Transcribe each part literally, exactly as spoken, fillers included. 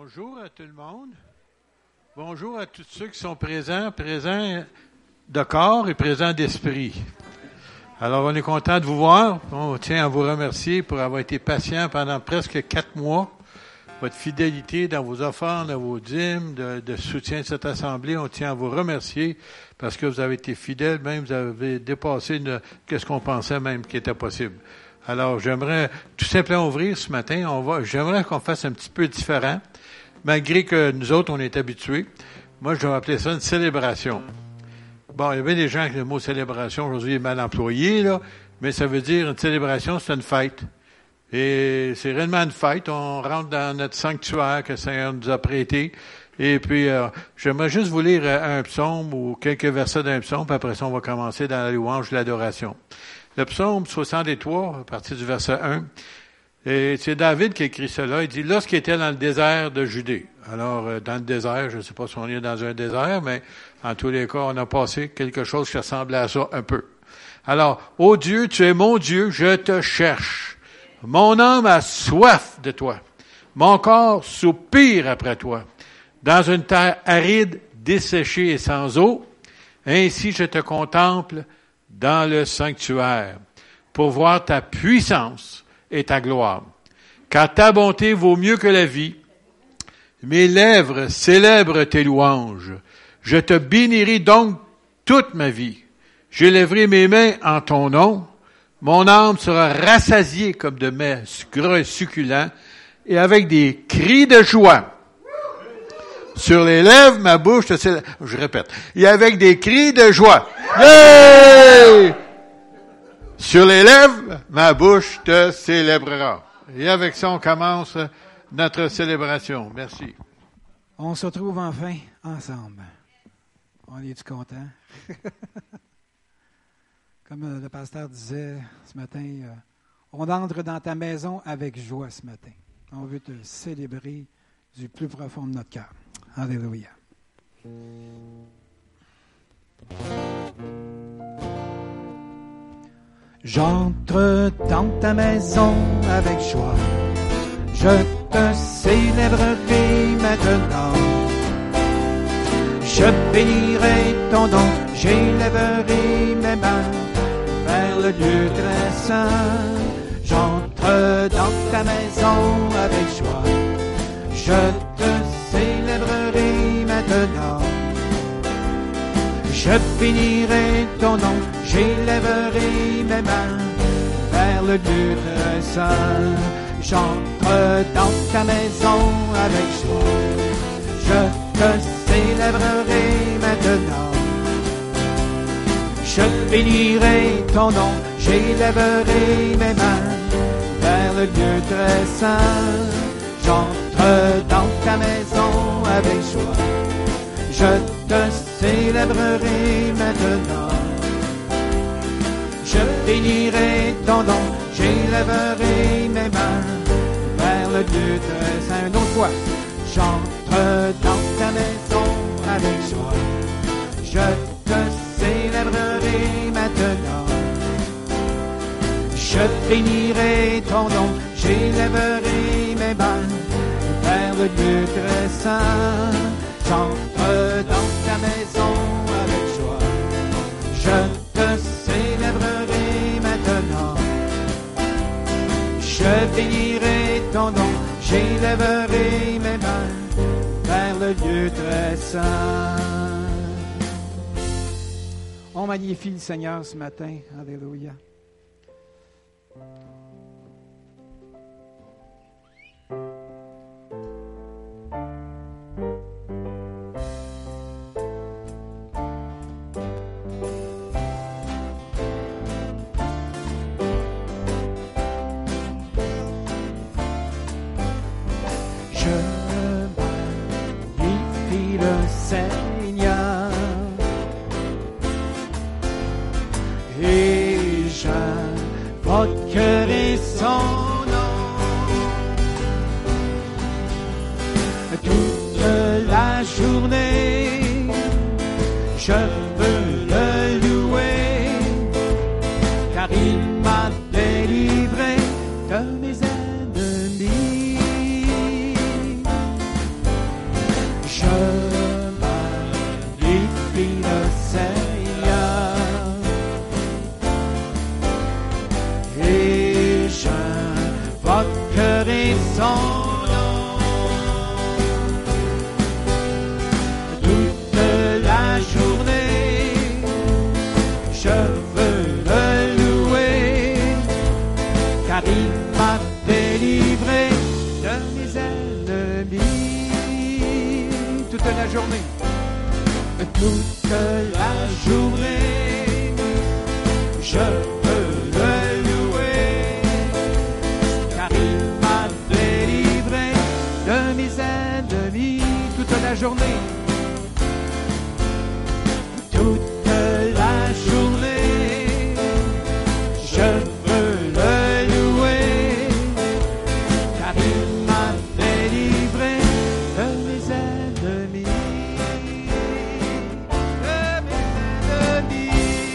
Bonjour à tout le monde. Bonjour à tous ceux qui sont présents, présents de corps et présents d'esprit. Alors, on est content de vous voir. On tient à vous remercier pour avoir été patient pendant presque quatre mois. Votre fidélité dans vos offrandes, dans vos dîmes, de, de soutien de cette assemblée, on tient à vous remercier parce que vous avez été fidèles, même vous avez dépassé une, qu'est-ce qu'on pensait même qui était possible. Alors, j'aimerais tout simplement ouvrir ce matin. On va, j'aimerais qu'on fasse un petit peu différent, malgré que nous autres, on est habitués. Moi, je vais appeler ça une célébration. Bon, il y avait des gens que le mot célébration aujourd'hui est mal employé, là, mais ça veut dire une célébration, c'est une fête. Et c'est réellement une fête. On rentre dans notre sanctuaire que le Seigneur nous a prêté. Et puis, euh, j'aimerais juste vous lire un psaume ou quelques versets d'un psaume, puis après ça, on va commencer dans la louange de l'adoration. Le psaume soixante-trois, à partir du verset un, et c'est David qui écrit cela. Il dit, lorsqu'il était dans le désert de Judée. Alors, euh, dans le désert, je ne sais pas si on est dans un désert, mais en tous les cas, on a passé quelque chose qui ressemblait à ça un peu. Alors, ô Dieu, tu es mon Dieu, je te cherche. Mon âme a soif de toi. Mon corps soupire après toi. Dans une terre aride, desséchée et sans eau, ainsi je te contemple dans le sanctuaire, pour voir ta puissance et ta gloire. Car ta bonté vaut mieux que la vie. Mes lèvres célèbrent tes louanges. Je te bénirai donc toute ma vie. J'élèverai mes mains en ton nom. Mon âme sera rassasiée comme de mets gras succulents et avec des cris de joie. Sur les lèvres, ma bouche te célèbre. Je répète. Et avec des cris de joie. Yeah! Sur les lèvres, ma bouche te célébrera. Et avec ça, on commence notre célébration. Merci. On se retrouve enfin ensemble. On est-tu content? Comme le pasteur disait ce matin, on entre dans ta maison avec joie ce matin. On veut te célébrer du plus profond de notre cœur. Alléluia. J'entre dans ta maison avec joie. Je te célébrerai maintenant. Je bénirai ton nom. J'élèverai mes mains vers le lieu très saint. J'entre dans ta maison avec joie. Je te célébrerai maintenant. Je bénirai ton nom, j'élèverai mes mains vers le lieu très saint. J'entre dans ta maison avec joie. Je te célébrerai maintenant. Je bénirai ton nom, j'élèverai mes mains vers le lieu très saint. J'entre dans ta maison avec joie. Je te célébrerai maintenant. Je bénirai ton nom, j'élèverai mes mains vers le Dieu très saint. Une autre fois. J'entre dans ta maison avec joie. Je te célébrerai maintenant. Je bénirai ton nom, j'élèverai mes mains vers le Dieu très saint. J'entre dans ta maison avec joie. Je te célébrerai maintenant. Je bénirai ton nom. J'élèverai mes mains vers le Dieu très saint. On magnifie le Seigneur ce matin. Alléluia. Seigneur, et j'invoquerai son nom toute la journée. Je veux le louer, car il m'a délivré de mes ennemis. ennemis. Toute la journée, toute la journée, je peux le louer, car il m'a délivré de mes ennemis. Toute la journée, toute la journée, je veux le louer, car il m'a délivré de mes ennemis, de mes ennemis,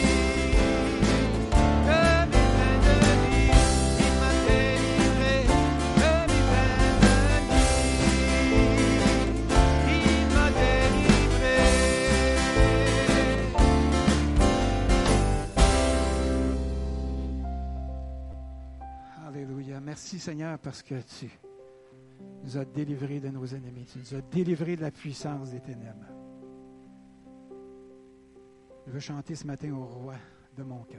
de mes ennemis. Il m'a délivré de mes ennemis, il m'a délivré. Alléluia. Merci Seigneur parce que tu nous as délivrés de nos ennemis. Tu nous as délivrés de la puissance des ténèbres. Je veux chanter ce matin au roi de mon cœur.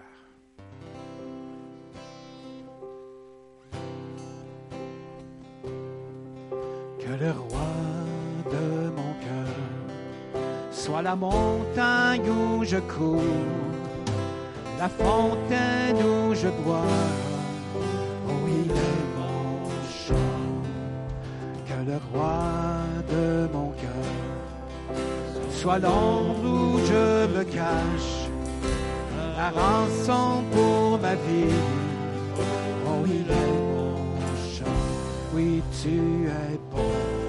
Que le roi de mon cœur soit la montagne où je cours, la fontaine où je bois. Oh, il est mon chant. Que le roi de mon cœur soit l'ombre où je me cache, la rançon pour ma vie. Oh, il est mon chant. Oui, tu es bon.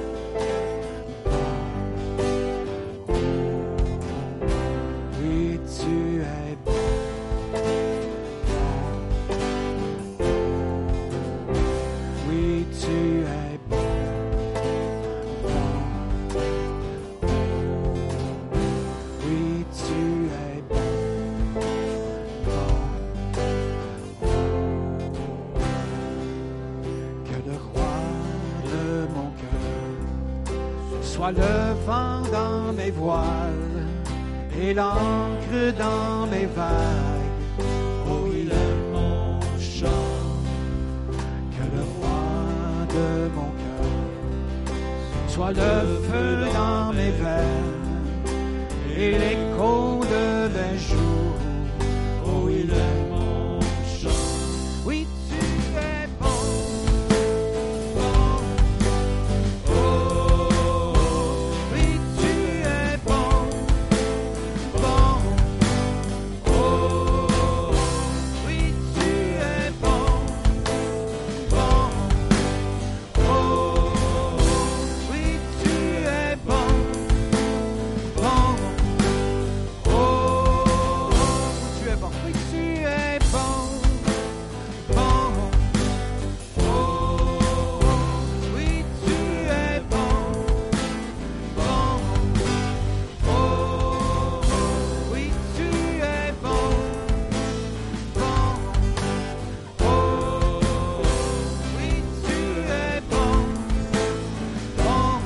Oui, tu es bon. Oui, tu es bon. Oui, tu es bon. Que le roi de mon cœur soit le vent dans mes voiles et l'encre dans mes vagues. Oh, il est mon chant. Que le roi de mon cœur soit le feu dans mes veines et l'écho de mes jours. Oh, il est mon chant. Oui, tu es bon. Bon. Oh, oui, tu es bon. Bon. Oh, oui, tu es bon. Bon. Oh, oui, tu es bon. Bon. Oh, tu es bon. Oui, tu es bon. Bon. Oh, oui, tu es bon. Bon. Oh, oui, tu es bon. Bon. Oh, oui, tu es bon. Bon.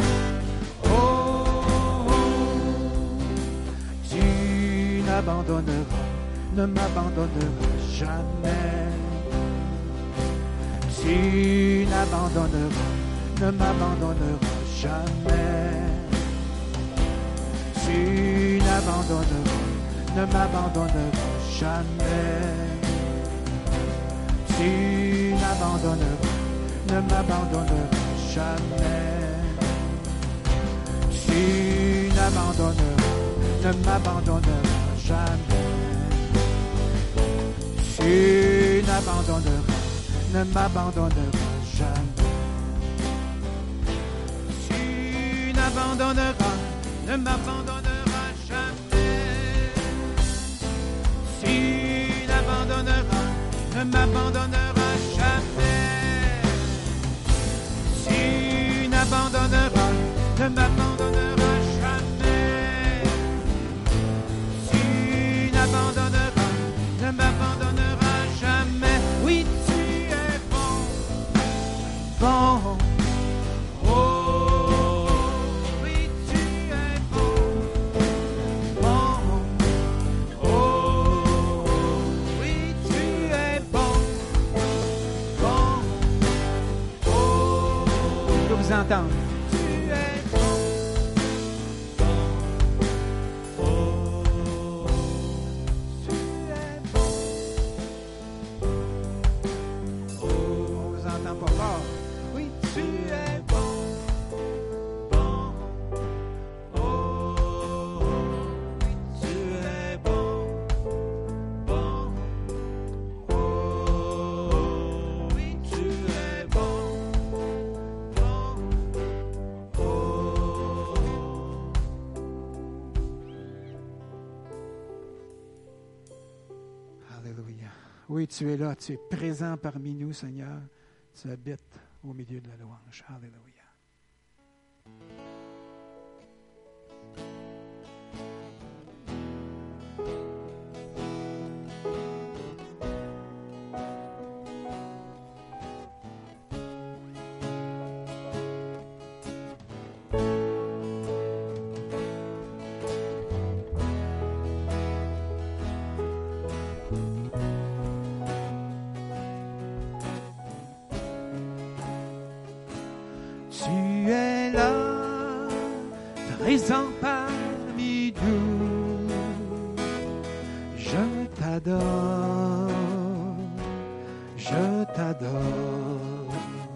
Oh, tu n'abandonneras, ne m'abandonneras jamais. Tu n'abandonneras, ne m'abandonneras jamais. Tu n'abandonneras, ne m'abandonneras jamais. Tu n'abandonneras, ne m'abandonneras jamais. Tu n'abandonneras, ne m'abandonneras jamais. Tu n'abandonneras, ne m'abandonneras jamais. Tu n'abandonneras, ne m'abandonneras jamais. Tu n'abandonneras, ne m'abandonneras jamais. Tu n'abandonneras, ne m'abandonneras jamais. Tu n'abandonneras, ne m'abandonneras jamais. Oui, tu es bon. Bon. Oh, oui, tu es bon. Bon. Oh, oui, tu es bon. Bon. Oh, je peux vous entendre. Oui, tu es là, tu es présent parmi nous, Seigneur. Tu habites au milieu de la louange. Alléluia. Tu es là, présent parmi nous. Je t'adore, je t'adore.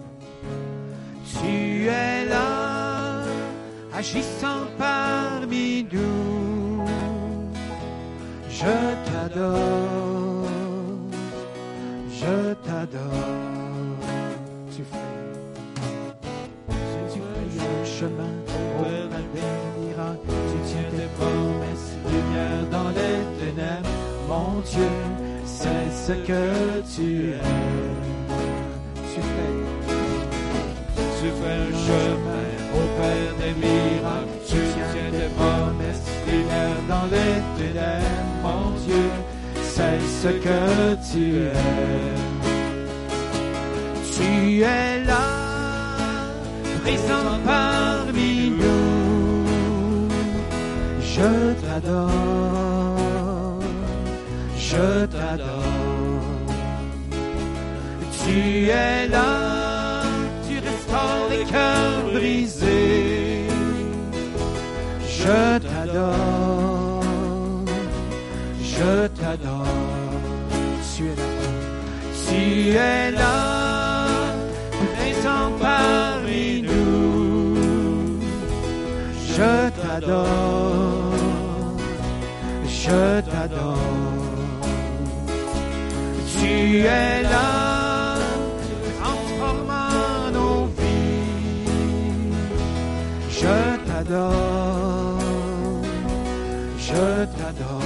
Tu es là, agissant parmi nous. Je t'adore, je t'adore. Tu fais chemin, au des miracles, tu tiens tes promesses, lumière dans les ténèbres, mon Dieu, c'est ce que tu es. Tu fais, tu fais un chemin, au Père des miracles, tu tiens tes promesses, lumière dans les ténèbres, mon Dieu, c'est ce que tu es. Tu es là, présent parmi nous, je t'adore, je t'adore. Tu es là, tu restaures les cœurs brisés, je t'adore, je t'adore. Tu es là, tu es là, présent parmi nous, je t'adore, je t'adore. Tu es là, transformant nos vies, je t'adore, je t'adore.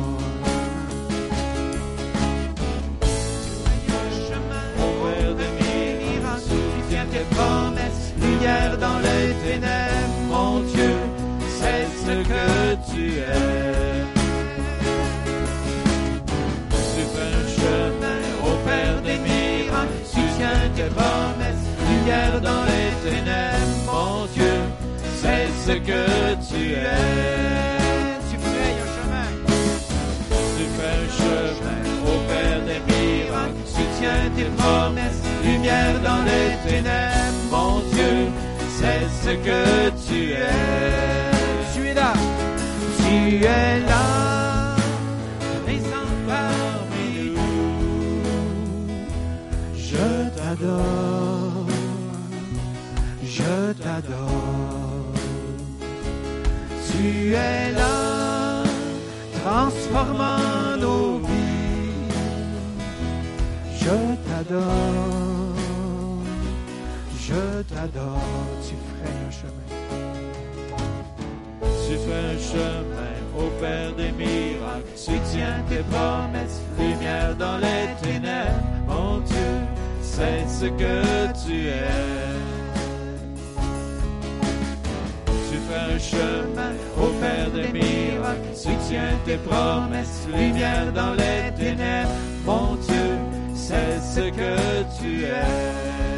Tes promesses, lumière dans les ténèbres, mon Dieu, c'est ce que tu es. Tu fais un chemin au Père des miracles, tu tiens tes promesses, lumière dans les ténèbres, mon Dieu, c'est ce que tu es. Tu fais un chemin, tu fais un chemin au Père des miracles, tu tiens tes promesses, lumière dans les ténèbres, mon Dieu, c'est ce que tu es. Tu es là, tu es là, présent parmi nous. Je t'adore, je t'adore. Tu es là, transformant nos vies. Je t'adore, je t'adore. Tu ferais un chemin. Tu fais un chemin au Père des miracles. Tu tiens tes promesses, lumière dans les ténèbres. Mon Dieu, c'est ce que tu es. Tu fais un chemin au Père des miracles. Tu tiens tes promesses, lumière dans les ténèbres. Mon Dieu, c'est ce que tu es.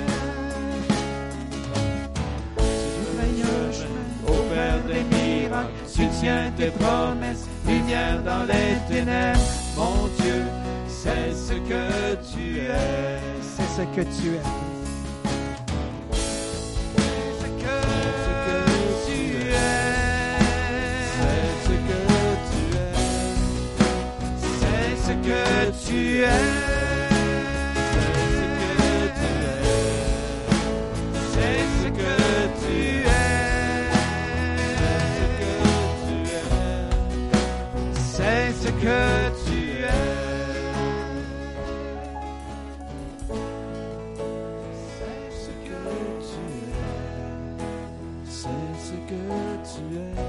Tu fais un chemin au Père des miracles. Tu tiens tes promesses, lumière dans les ténèbres. Mon Dieu, c'est ce que tu es. C'est ce que tu es. Tu es, c'est ce que tu es, c'est ce que tu es, c'est ce que tu es, c'est ce que tu es,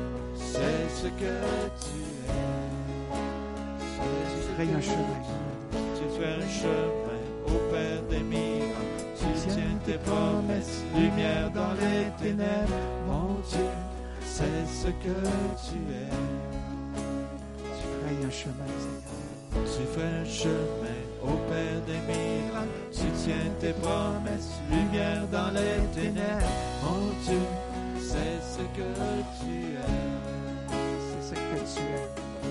c'est ce que tu es. Crée un chemin. fais un chemin au Père des miracles. Tu tiens tes promesses, lumière dans les ténèbres. Mon Dieu, c'est ce que tu es. Tu ferais un chemin, Seigneur. Tu fais un chemin au Père des miracles. Tu tiens tes promesses, lumière dans les ténèbres. Mon Dieu, c'est ce que tu es. C'est ce que tu es.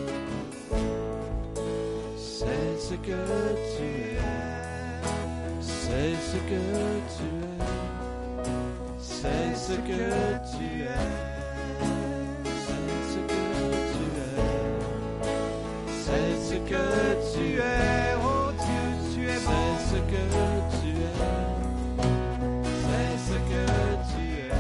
C'est ce que tu es. C'est ce que tu es. C'est ce que tu es. C'est ce que tu es. C'est ce que tu es. Oh Dieu, tu es bon. C'est ce que tu es. C'est ce que tu es.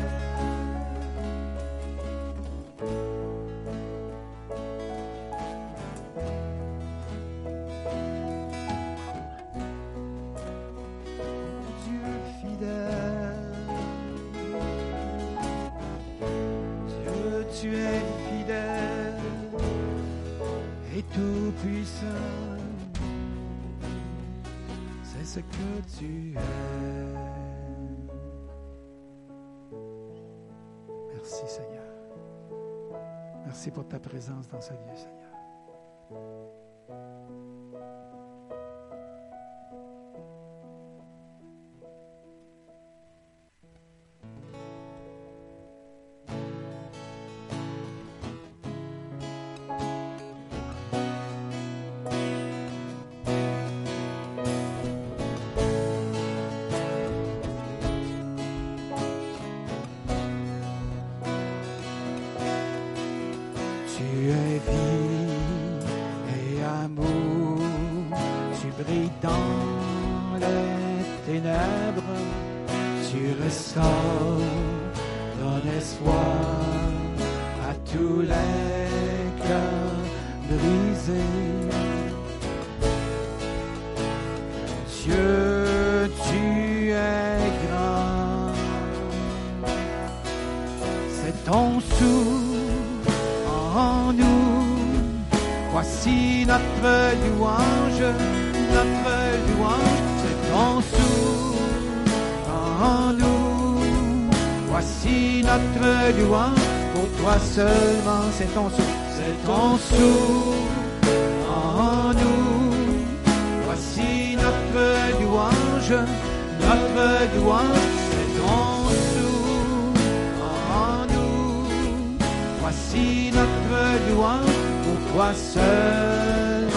Dieu fidèle. Dieu, tu es fidèle et tout puissant. C'est ce que tu es. Merci Seigneur. Merci pour ta présence dans ce lieu, Seigneur. Tu es vie et amour, tu brilles dans les ténèbres, tu restaures ton espoir à tous les cœurs brisés. Dieu, tu es grand, c'est ton souffle en nous. Voici notre louange, notre louange, c'est ton souffle en nous. Voici notre louange, pour toi seulement, c'est ton souffle, c'est ton souffle en nous. Voici notre louange, notre louange, c'est ton souffle en nous. Voici notre louange, pour toi seulement.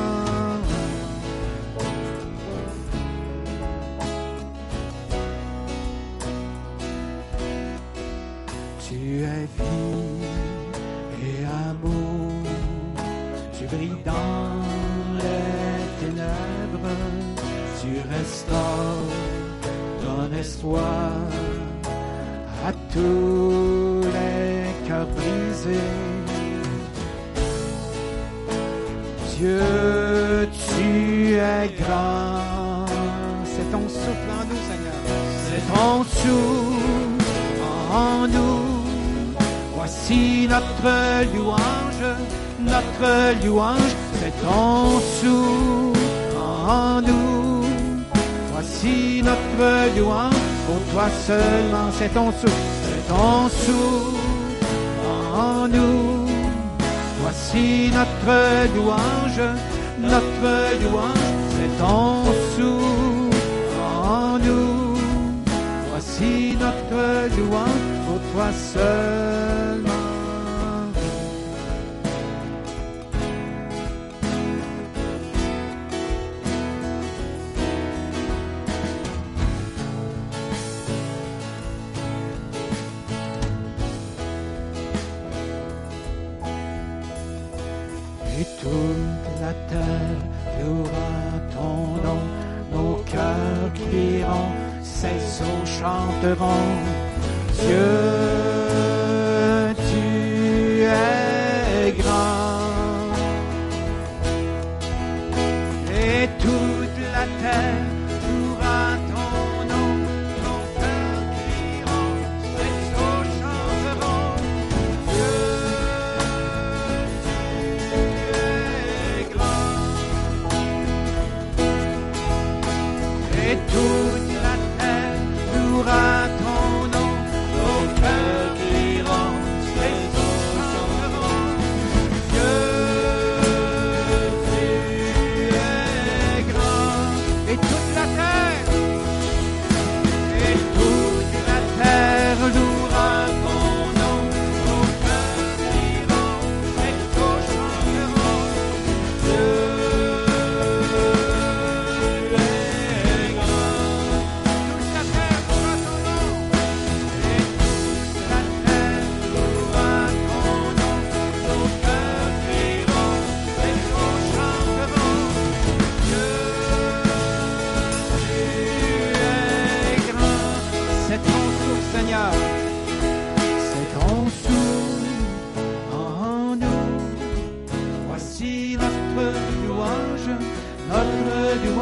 Tu es vie et amour, tu brilles dans les ténèbres, tu restaures ton espoir à tous les cœurs brisés. Dieu, tu es grand, c'est ton souffle en nous, Seigneur, c'est ton souffle en nous. Voici notre louange, notre louange, c'est ton souffle en nous. Voici notre louange, pour toi seulement, c'est ton souffle, c'est ton souffle en nous. Voici notre louange, notre louange, c'est ton souffle en nous. Voici notre louange, pour toi seulement. Et toute la terre louera ton nom, nos cœurs crieront, ses eaux chanteront. Dieu, tu es grand. Et toute la terre louera ton nom, nos cœurs crieront, ses eaux chanteront. Dieu,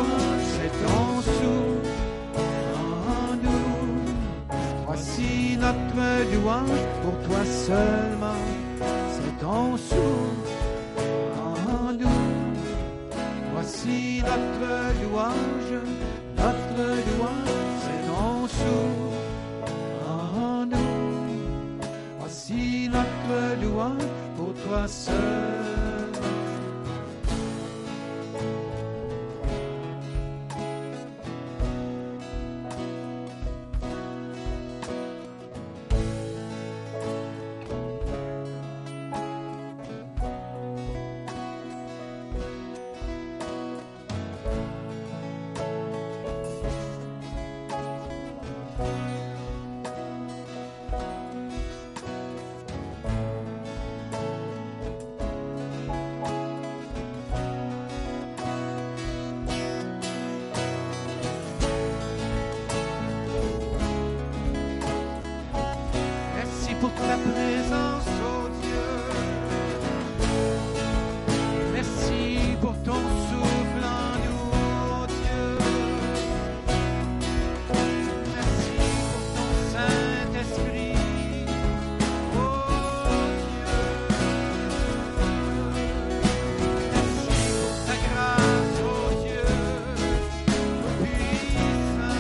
c'est ton souffle en nous. Voici notre louange pour toi seulement, c'est ton souffle en nous. Voici notre louange, notre louange, c'est ton souffle en nous. Voici notre louange pour toi seul. Pour ta présence, oh Dieu. Merci pour ton souffle en nous, oh Dieu. Merci pour ton Saint-Esprit, oh Dieu. Merci pour ta grâce, oh Dieu, puissant.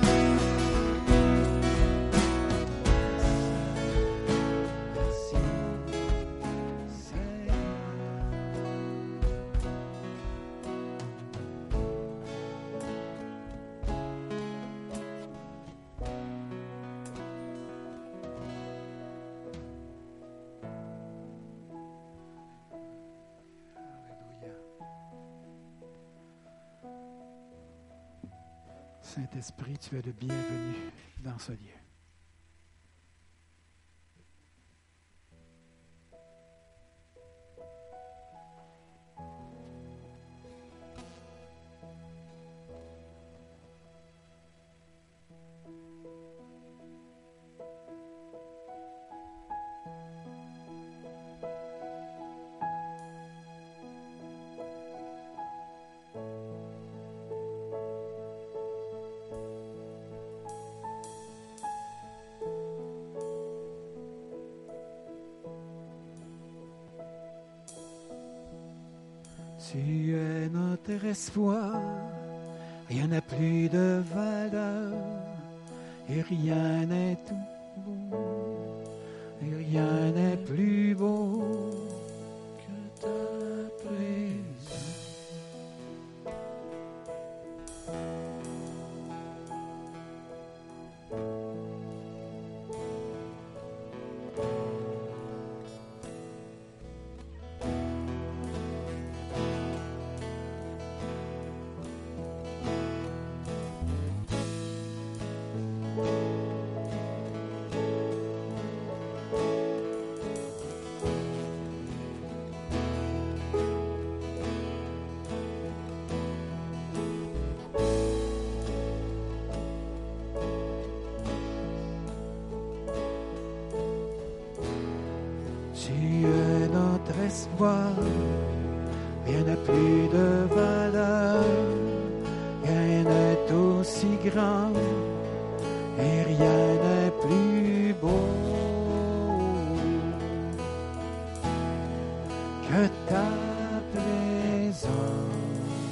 Saint-Esprit, tu es le bienvenu dans ce lieu. Tu es notre espoir, rien n'a plus de valeur, et rien n'est tout beau, et rien n'est plus beau que ta présence. Espoir, rien n'a plus de valeur, rien n'est aussi grand, et rien n'est plus beau que ta présence.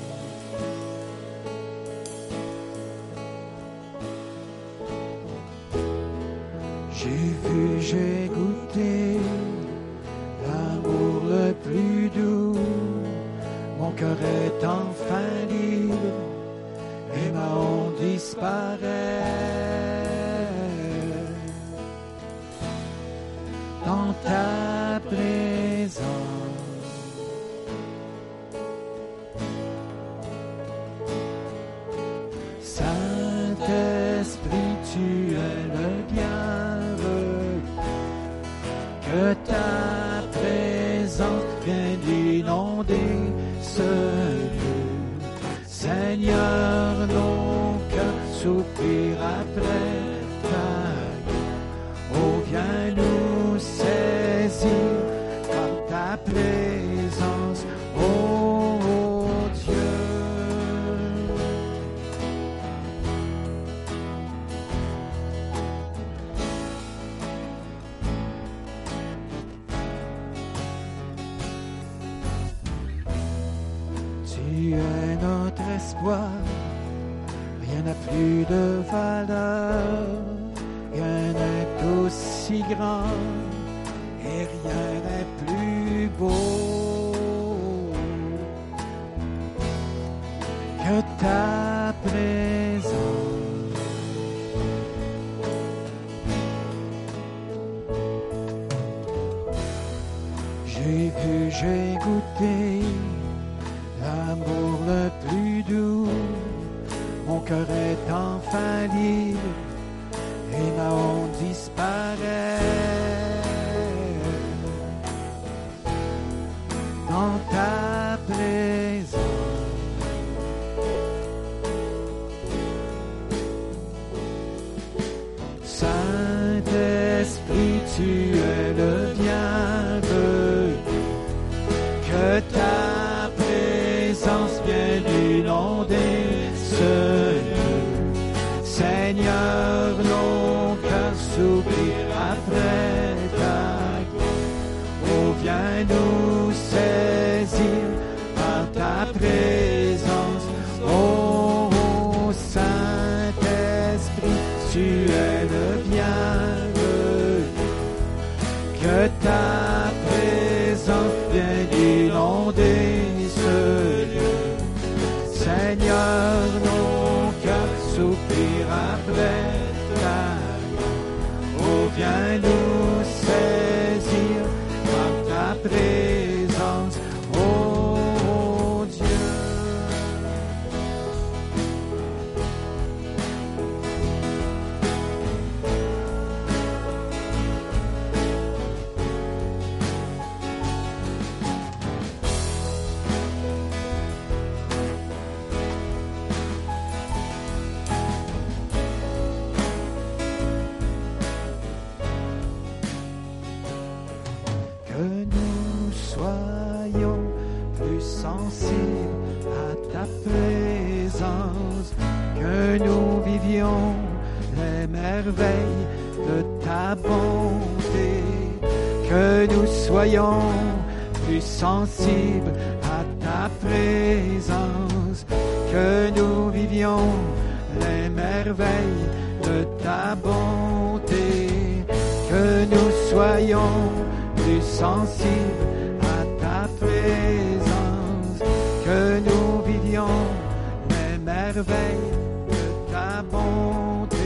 J'ai vu, j'ai goûté l'amour le plus doux, mon cœur est enfin libre et ma honte disparaît dans ta présence. Saint-Esprit, tu es le bienvenu, que ta viens d'inonder ce lieu. Seigneur, nos cœurs soupirent après ta gueule. Oh, viens nous saisir par ta présence, oh, oh Dieu. valeur, rien n'est aussi grand et rien n'est plus beau que ta présence. J'ai vu, j'ai goûté l'amour le plus doux. Mon cœur est enfin libre et ma honte disparaît. Dans ta présence, Saint-Esprit, tu es le bienvenu. Que ta présence vienne inonder ce lieu. Seigneur, nos cœurs s'oublient après ta gloire. Oh, viens nous saisir par ta présence. Oh, oh, Saint-Esprit, tu es le bienvenu. Que ta présence vienne inonder ce lieu. Seigneur, nos cœurs soupirent après ta gloire. Oh, viens nous saisir par ta présence, oh Dieu. Que nous soyons plus sensibles à ta présence, que nous vivions les merveilles de ta bonté, que nous soyons plus sensibles à ta présence, que nous vivions les merveilles de ta bonté, que nous soyons plus sensibles à ta présence, que nous vivions les merveilles de ta bonté.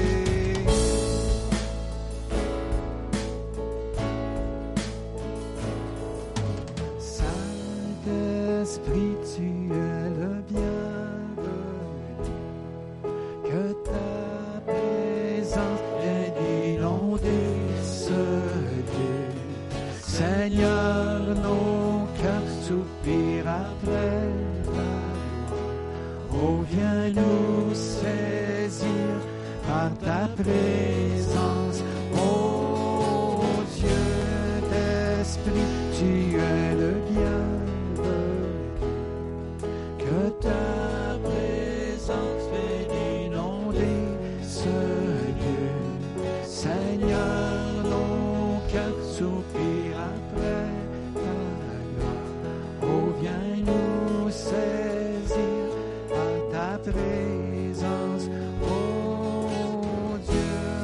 Saint-Esprit, tu es le bienvenu, que ta présence vienne inonder ce lieu. Seigneur, nos cœurs soupirent après ta gloire. Oh, viens nous saisir par ta présence. Oh, Dieu d'esprit, tu es le bienvenu. Que ta présence vienne inonder ce lieu. Seigneur, nos cœurs soupirent après ta gloire. Oh, viens nous saisir par ta présence, oh Dieu.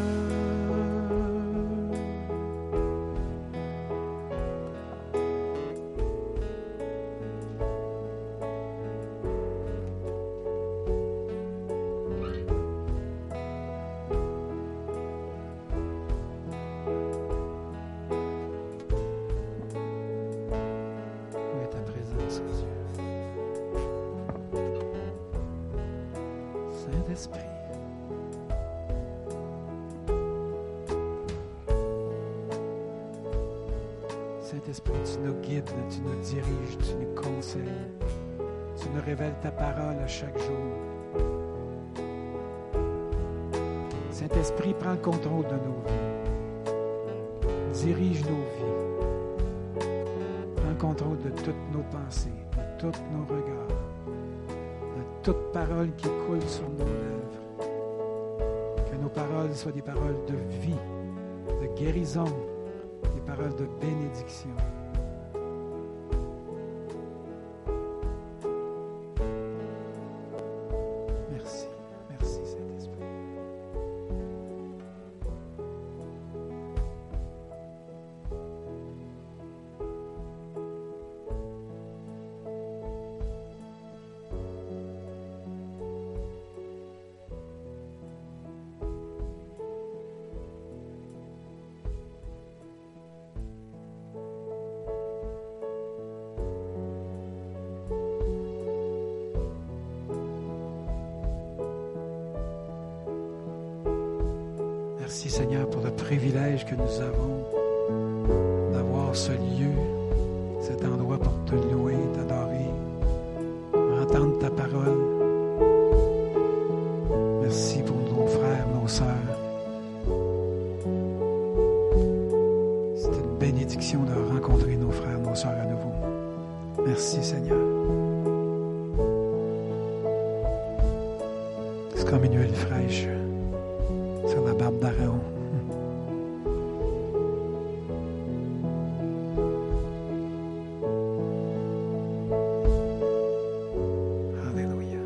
Où est ta présence, oh Dieu? Saint-Esprit. Saint-Esprit, tu nous guides, tu nous diriges, tu nous conseilles. Tu nous révèles ta parole à chaque jour. Saint-Esprit, prends le contrôle de nos vies. Dirige nos vies. Prends le contrôle de toutes nos pensées, de tous nos regards, de toute parole qui coule sur nos lèvres. Que nos paroles soient des paroles de vie, de guérison, des paroles de bénédiction. Merci, merci Saint-Esprit. Seigneur, pour le privilège que nous avons d'avoir ce lieu, cet endroit pour te louer, t'adorer, entendre ta parole. Merci pour nos frères, nos sœurs. C'est une bénédiction de rencontrer nos frères, nos sœurs à nouveau. Merci, Seigneur. C'est comme une huile fraîche sur la barbe d'Aaron. Alléluia.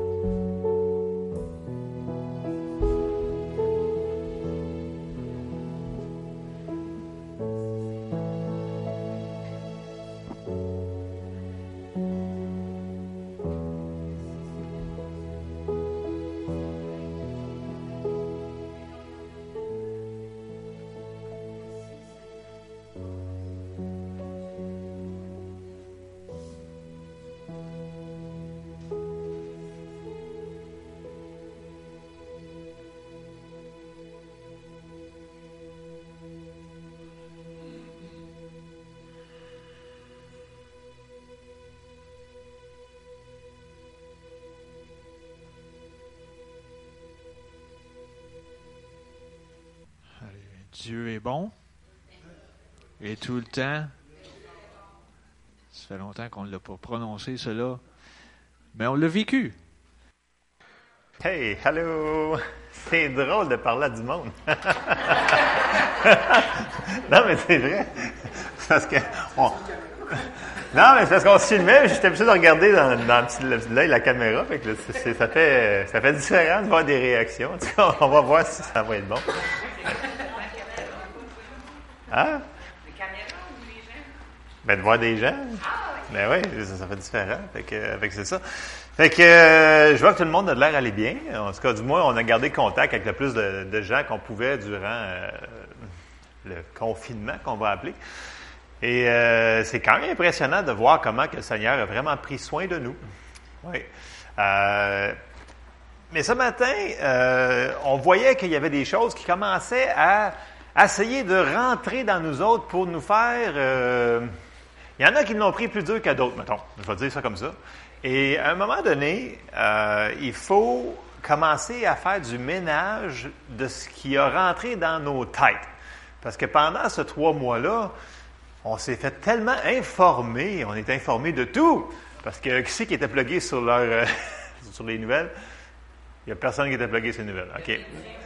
Dieu est bon. Et tout le temps. Ça fait longtemps qu'on ne l'a pas prononcé, cela. Mais on l'a vécu. Hey, hello! C'est drôle de parler à du monde. Non, mais c'est vrai. C'est parce que... On... Non, mais c'est parce qu'on se filmait, j'étais habitué de regarder dans, dans le petit l'œil la caméra. Fait que là, c'est, c'est, ça, fait, ça fait différent de voir des réactions. En tout cas, on va voir si ça va être bon. Hein? Les caméras ou les gens? Ben, de voir des gens. Ben oui, ça, ça fait différent. Fait que, fait que c'est ça. Fait que euh, je vois que tout le monde a de l'air aller bien. En tout cas, du moins, on a gardé contact avec le plus de, de gens qu'on pouvait durant euh, le confinement, qu'on va appeler. Et euh, c'est quand même impressionnant de voir comment que le Seigneur a vraiment pris soin de nous. Oui. Euh, mais ce matin, euh, on voyait qu'il y avait des choses qui commençaient à essayer de rentrer dans nous autres pour nous faire... Euh, il y en a qui l'ont pris plus dur que d'autres, mettons. Je vais dire ça comme ça. Et à un moment donné, euh, il faut commencer à faire du ménage de ce qui a rentré dans nos têtes. Parce que pendant ces trois mois-là, on s'est fait tellement informer, on est informé de tout. Parce que qui c'est qui était plugué sur leur euh, sur les nouvelles? Il n'y a personne qui était plugué sur les nouvelles. OK.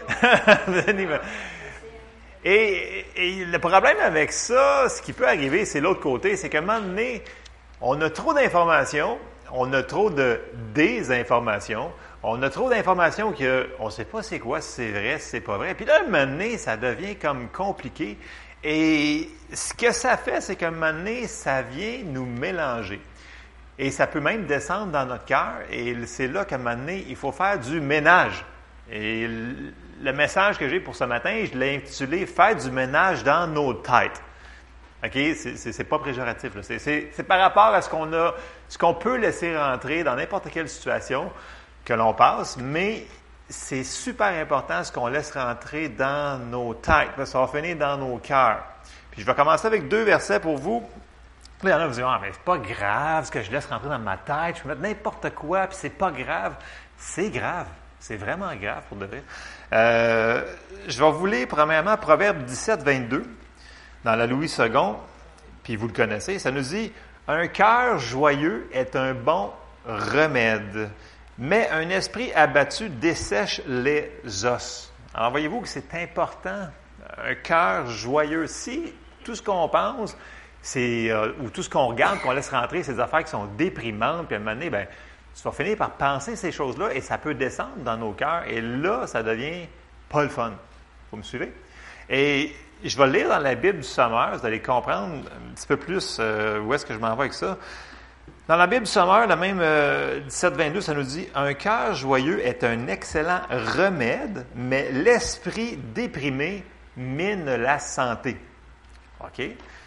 Et, et le problème avec ça, ce qui peut arriver, c'est l'autre côté, c'est qu'à un moment donné, on a trop d'informations, on a trop de désinformations, on a trop d'informations qu'on ne sait pas c'est quoi, si c'est vrai, si c'est pas vrai. Puis là, à un moment donné, ça devient comme compliqué. Et ce que ça fait, c'est qu'à un moment donné, ça vient nous mélanger. Et ça peut même descendre dans notre cœur. Et c'est là qu'à un moment donné, il faut faire du ménage. Et le message que j'ai pour ce matin, je l'ai intitulé « Faire du ménage dans nos têtes ». OK? C'est, c'est, c'est pas péjoratif. Là. C'est, c'est, c'est par rapport à ce qu'on a, ce qu'on peut laisser rentrer dans n'importe quelle situation que l'on passe, mais c'est super important ce qu'on laisse rentrer dans nos têtes, parce que ça va finir dans nos cœurs. Puis je vais commencer avec deux versets pour vous. Là, il y en a qui vous disent « Ah, mais c'est pas grave ce que je laisse rentrer dans ma tête, je peux mettre n'importe quoi, puis c'est pas grave. » C'est grave. C'est vraiment grave pour de vrai. Euh, je vais vous lire premièrement Proverbe dix-sept, vingt-deux, dans la Louis second, puis vous le connaissez. Ça nous dit « Un cœur joyeux est un bon remède, mais un esprit abattu dessèche les os. » Alors voyez-vous que c'est important, un cœur joyeux. Si tout ce qu'on pense, c'est euh, ou tout ce qu'on regarde, qu'on laisse rentrer, c'est des affaires qui sont déprimantes, puis à un moment donné, bien, tu vas finir par penser ces choses-là et ça peut descendre dans nos cœurs. Et là, ça devient pas le fun. Vous me suivez? Et je vais le lire dans la Bible du Sommeur. Vous allez comprendre un petit peu plus euh, où est-ce que je m'en vais avec ça. Dans la Bible du Sommeur, la même euh, dix-sept vingt-deux, ça nous dit « Un cœur joyeux est un excellent remède, mais l'esprit déprimé mine la santé. » OK?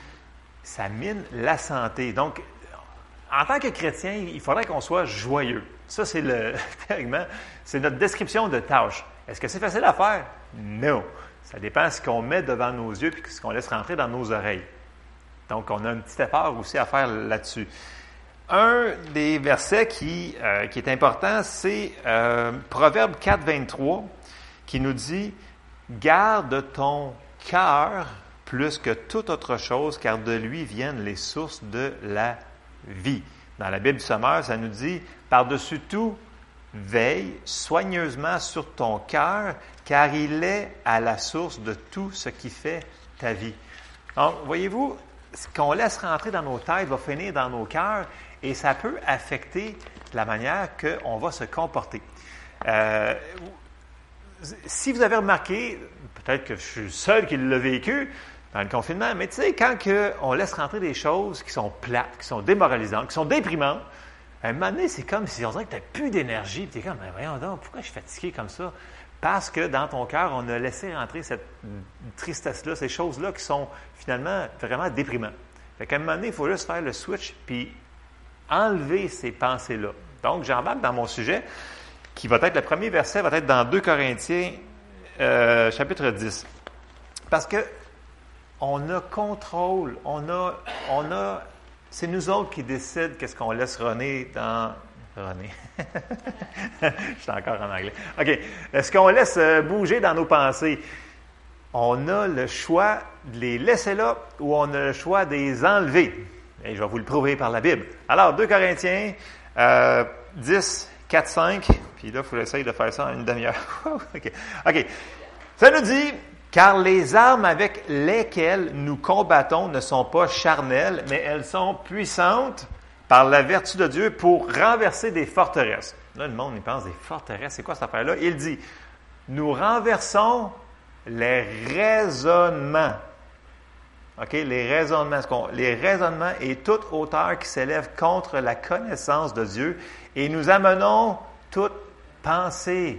Ça mine la santé. Donc, en tant que chrétien, il faudrait qu'on soit joyeux. Ça, c'est le théoriquement, c'est notre description de tâche. Est-ce que c'est facile à faire? Non. Ça dépend de ce qu'on met devant nos yeux et ce qu'on laisse rentrer dans nos oreilles. Donc, on a un petit effort aussi à faire là-dessus. Un des versets qui, euh, qui est important, c'est euh, Proverbe quatre, vingt-trois, qui nous dit « Garde ton cœur plus que toute autre chose, car de lui viennent les sources de la vie. » Dans la Bible du Sommeur, ça nous dit « Par-dessus tout, veille soigneusement sur ton cœur, car il est à la source de tout ce qui fait ta vie. » Donc, voyez-vous, ce qu'on laisse rentrer dans nos têtes va finir dans nos cœurs et ça peut affecter la manière qu'on va se comporter. Euh, si vous avez remarqué, peut-être que je suis le seul qui l'a vécu dans le confinement, mais tu sais, quand que on laisse rentrer des choses qui sont plates, qui sont démoralisantes, qui sont déprimantes, à un moment donné, c'est comme si on dirait que tu n'as plus d'énergie, puis tu es comme, ben voyons donc, pourquoi je suis fatigué comme ça? Parce que dans ton cœur, on a laissé rentrer cette tristesse-là, ces choses-là qui sont finalement vraiment déprimantes. Fait qu'à un moment donné, il faut juste faire le switch, puis enlever ces pensées-là. Donc, j'embarque dans mon sujet, qui va être, le premier verset va être dans deux Corinthiens, euh, chapitre dix. Parce que on a contrôle, on a, on a, c'est nous autres qui décident qu'est-ce qu'on laisse runner dans... Runner. Je suis encore en anglais. OK. Est-ce qu'on laisse bouger dans nos pensées? On a le choix de les laisser là ou on a le choix de les enlever. Et je vais vous le prouver par la Bible. Alors, deux Corinthiens euh, dix, quatre, cinq. Puis là, il faut essayer de faire ça en une demi-heure. OK. OK. Ça nous dit... Car les armes avec lesquelles nous combattons ne sont pas charnelles, mais elles sont puissantes par la vertu de Dieu pour renverser des forteresses. Là, le monde, il pense des forteresses. C'est quoi cette affaire-là? Il dit, nous renversons les raisonnements. OK? Les raisonnements. Les raisonnements et toute hauteur qui s'élève contre la connaissance de Dieu et nous amenons toute pensée.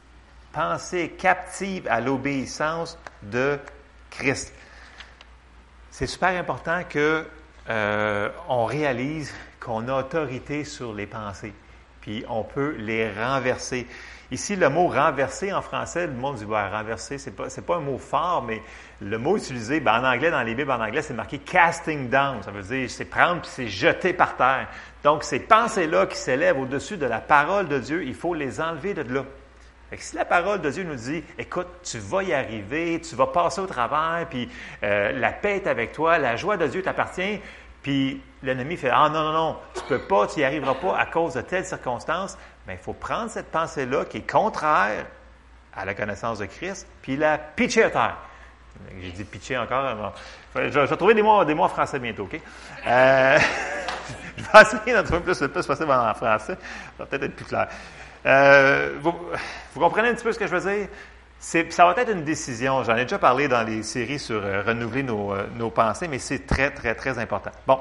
Pensée captive à l'obéissance de Christ. C'est super important que euh, on réalise qu'on a autorité sur les pensées, puis on peut les renverser. Ici, le mot « renverser » en français, le monde dit ben, « renverser », c'est pas, c'est pas un mot fort, mais le mot utilisé, ben, en anglais, dans les Bibles en anglais, c'est marqué « casting down », ça veut dire c'est prendre puis c'est jeter par terre. Donc, ces pensées-là qui s'élèvent au-dessus de la parole de Dieu, il faut les enlever de là. Fait que si la parole de Dieu nous dit, écoute, tu vas y arriver, tu vas passer au travers, puis euh, la paix est avec toi, la joie de Dieu t'appartient, puis l'ennemi fait, ah non, non, non, tu peux pas, tu n'y arriveras pas à cause de telles circonstances, mais il faut prendre cette pensée-là qui est contraire à la connaissance de Christ, puis la pitcher à terre. J'ai dit pitcher encore, bon. je, je vais trouver des mots, des mots en français bientôt, OK? Euh, je vais essayer d'en trouver plus, le plus possible en français, ça va peut-être être plus clair. Euh, vous, vous comprenez un petit peu ce que je veux dire? C'est, ça va être une décision. J'en ai déjà parlé dans les séries sur euh, renouveler nos, euh, nos pensées, mais c'est très, très, très important. Bon.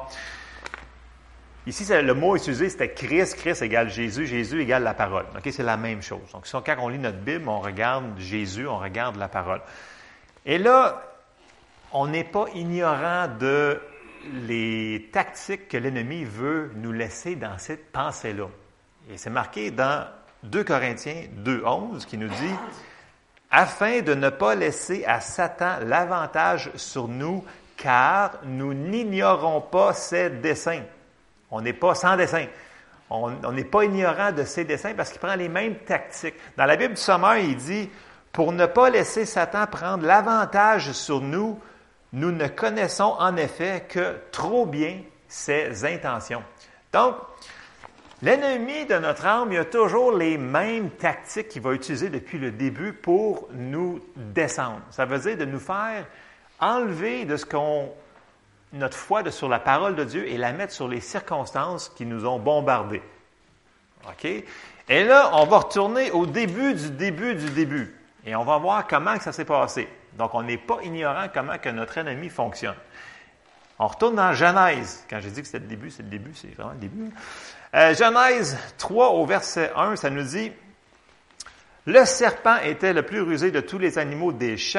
Ici, c'est, le mot utilisé, c'était Christ. Christ égale Jésus. Jésus égale la parole. OK? C'est la même chose. Donc, quand on lit notre Bible, on regarde Jésus, on regarde la parole. Et là, on n'est pas ignorant de les tactiques que l'ennemi veut nous laisser dans cette pensée-là. Et c'est marqué dans deux Corinthiens deux, onze qui nous dit « Afin de ne pas laisser à Satan l'avantage sur nous, car nous n'ignorons pas ses desseins. » On n'est pas sans dessein. On n'est pas ignorant de ses desseins parce qu'il prend les mêmes tactiques. Dans la Bible du Sommeur, il dit « Pour ne pas laisser Satan prendre l'avantage sur nous, nous ne connaissons en effet que trop bien ses intentions. » Donc, l'ennemi de notre âme, il a toujours les mêmes tactiques qu'il va utiliser depuis le début pour nous descendre. Ça veut dire de nous faire enlever de ce qu'on, notre foi de, sur la parole de Dieu et la mettre sur les circonstances qui nous ont bombardés. OK? Et là, on va retourner au début du début du début. Et on va voir comment que ça s'est passé. Donc, on n'est pas ignorant comment que notre ennemi fonctionne. On retourne dans Genèse. Quand j'ai dit que c'était le début, c'est le début, c'est vraiment le début. Euh, Genèse trois, au verset un, ça nous dit « Le serpent était le plus rusé de tous les animaux des champs. »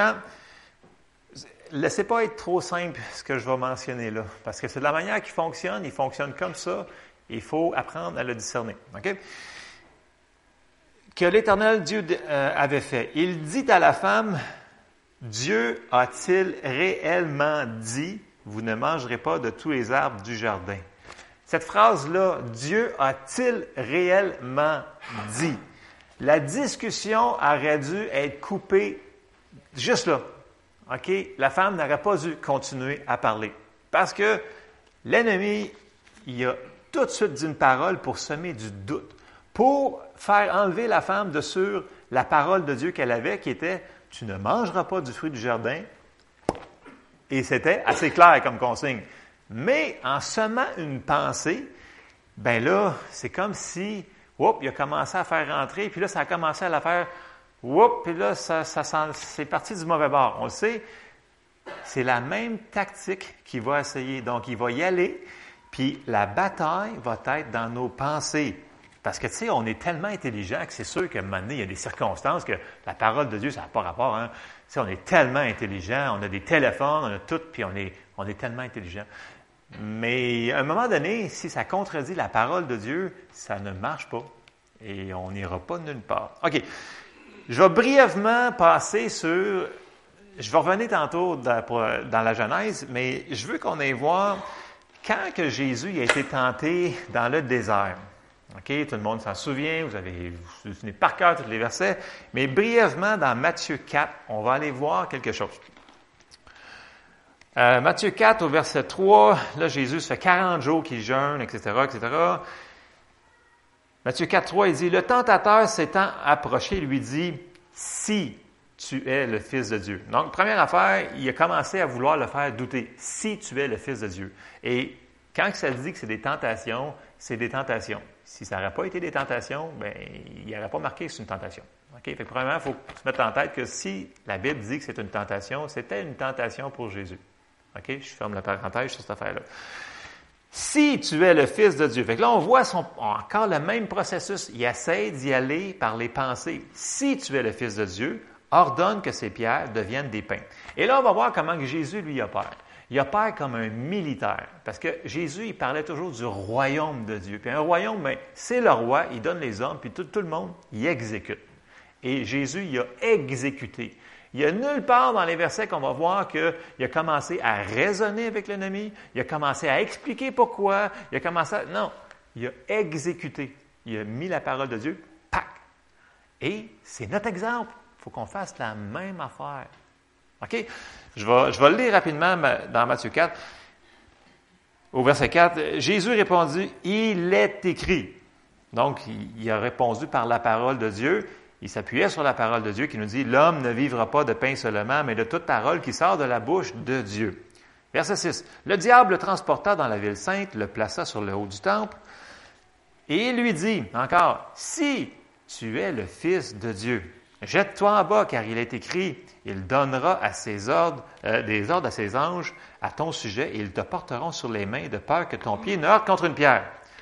Laissez pas être trop simple ce que je vais mentionner là, parce que c'est de la manière qu'il fonctionne, il fonctionne comme ça, il faut apprendre à le discerner. OK? Que l'Éternel Dieu euh, avait fait. Il dit à la femme, Dieu a-t-il réellement dit, vous ne mangerez pas de tous les arbres du jardin? Cette phrase-là, Dieu a-t-il réellement dit? La discussion aurait dû être coupée juste là. OK? La femme n'aurait pas dû continuer à parler. Parce que l'ennemi, il a tout de suite dit une parole pour semer du doute, pour faire enlever la femme de sur la parole de Dieu qu'elle avait, qui était « Tu ne mangeras pas du fruit du jardin ». Et c'était assez clair comme consigne. Mais en semant une pensée, ben là, c'est comme si, oups, il a commencé à faire rentrer, puis là, ça a commencé à la faire, oups, puis là, ça, ça, ça, c'est parti du mauvais bord. On le sait, c'est la même tactique qu'il va essayer. Donc, il va y aller, puis la bataille va être dans nos pensées. Parce que, tu sais, on est tellement intelligent que c'est sûr qu'à un moment donné, il y a des circonstances que la parole de Dieu, ça n'a pas rapport. Hein? Tu sais, on est tellement intelligent, on a des téléphones, on a tout, puis on est, on est tellement intelligent. Mais à un moment donné, si ça contredit la parole de Dieu, ça ne marche pas. Et on n'ira pas nulle part. OK. Je vais brièvement passer sur... Je vais revenir tantôt dans, dans la Genèse, mais je veux qu'on aille voir quand que Jésus a été tenté dans le désert. OK, tout le monde s'en souvient, vous avez vous vous souvenez par cœur tous les versets, mais brièvement dans Matthieu quatre, on va aller voir quelque chose. Euh, Matthieu quatre au verset trois, là Jésus, ça fait quarante jours qu'il jeûne, et cetera, et cetera. Matthieu quatre, trois, il dit, « Le tentateur s'étant approché, lui dit, « Si tu es le Fils de Dieu. » Donc, première affaire, il a commencé à vouloir le faire douter. « Si tu es le Fils de Dieu. » Et quand ça dit que c'est des tentations, c'est des tentations. Si ça n'aurait pas été des tentations, bien, il n'aurait pas marqué que c'est une tentation. Okay? Fait que premièrement, il faut se mettre en tête que si la Bible dit que c'est une tentation, c'était une tentation pour Jésus. Okay? Je ferme la parenthèse sur cette affaire-là. Si tu es le Fils de Dieu. Fait que là, on voit son, encore le même processus. Il essaie d'y aller par les pensées. Si tu es le Fils de Dieu, ordonne que ces pierres deviennent des pains. Et là, on va voir comment que Jésus lui a peur. Il a peur comme un militaire. Parce que Jésus, il parlait toujours du royaume de Dieu. Puis un royaume, bien, c'est le roi, il donne les ordres, puis tout, tout le monde, il exécute. Et Jésus, il a exécuté. Il n'y a nulle part dans les versets qu'on va voir qu'il a commencé à raisonner avec l'ennemi, il a commencé à expliquer pourquoi, il a commencé à... Non, il a exécuté. Il a mis la parole de Dieu, pac! Et c'est notre exemple. Il faut qu'on fasse la même affaire. OK? Je vais, je vais le lire rapidement dans Matthieu quatre. Au verset quatre, Jésus répondit, « Il est écrit. » Donc, il, il a répondu par la parole de Dieu. Il s'appuyait sur la parole de Dieu qui nous dit « L'homme ne vivra pas de pain seulement, mais de toute parole qui sort de la bouche de Dieu. » Verset six. « Le diable le transporta dans la ville sainte, le plaça sur le haut du temple, et il lui dit encore « Si tu es le Fils de Dieu, jette-toi en bas, car il est écrit, il donnera à ses ordres, euh, des ordres à ses anges à ton sujet, et ils te porteront sur les mains de peur que ton pied ne heurte contre une pierre. »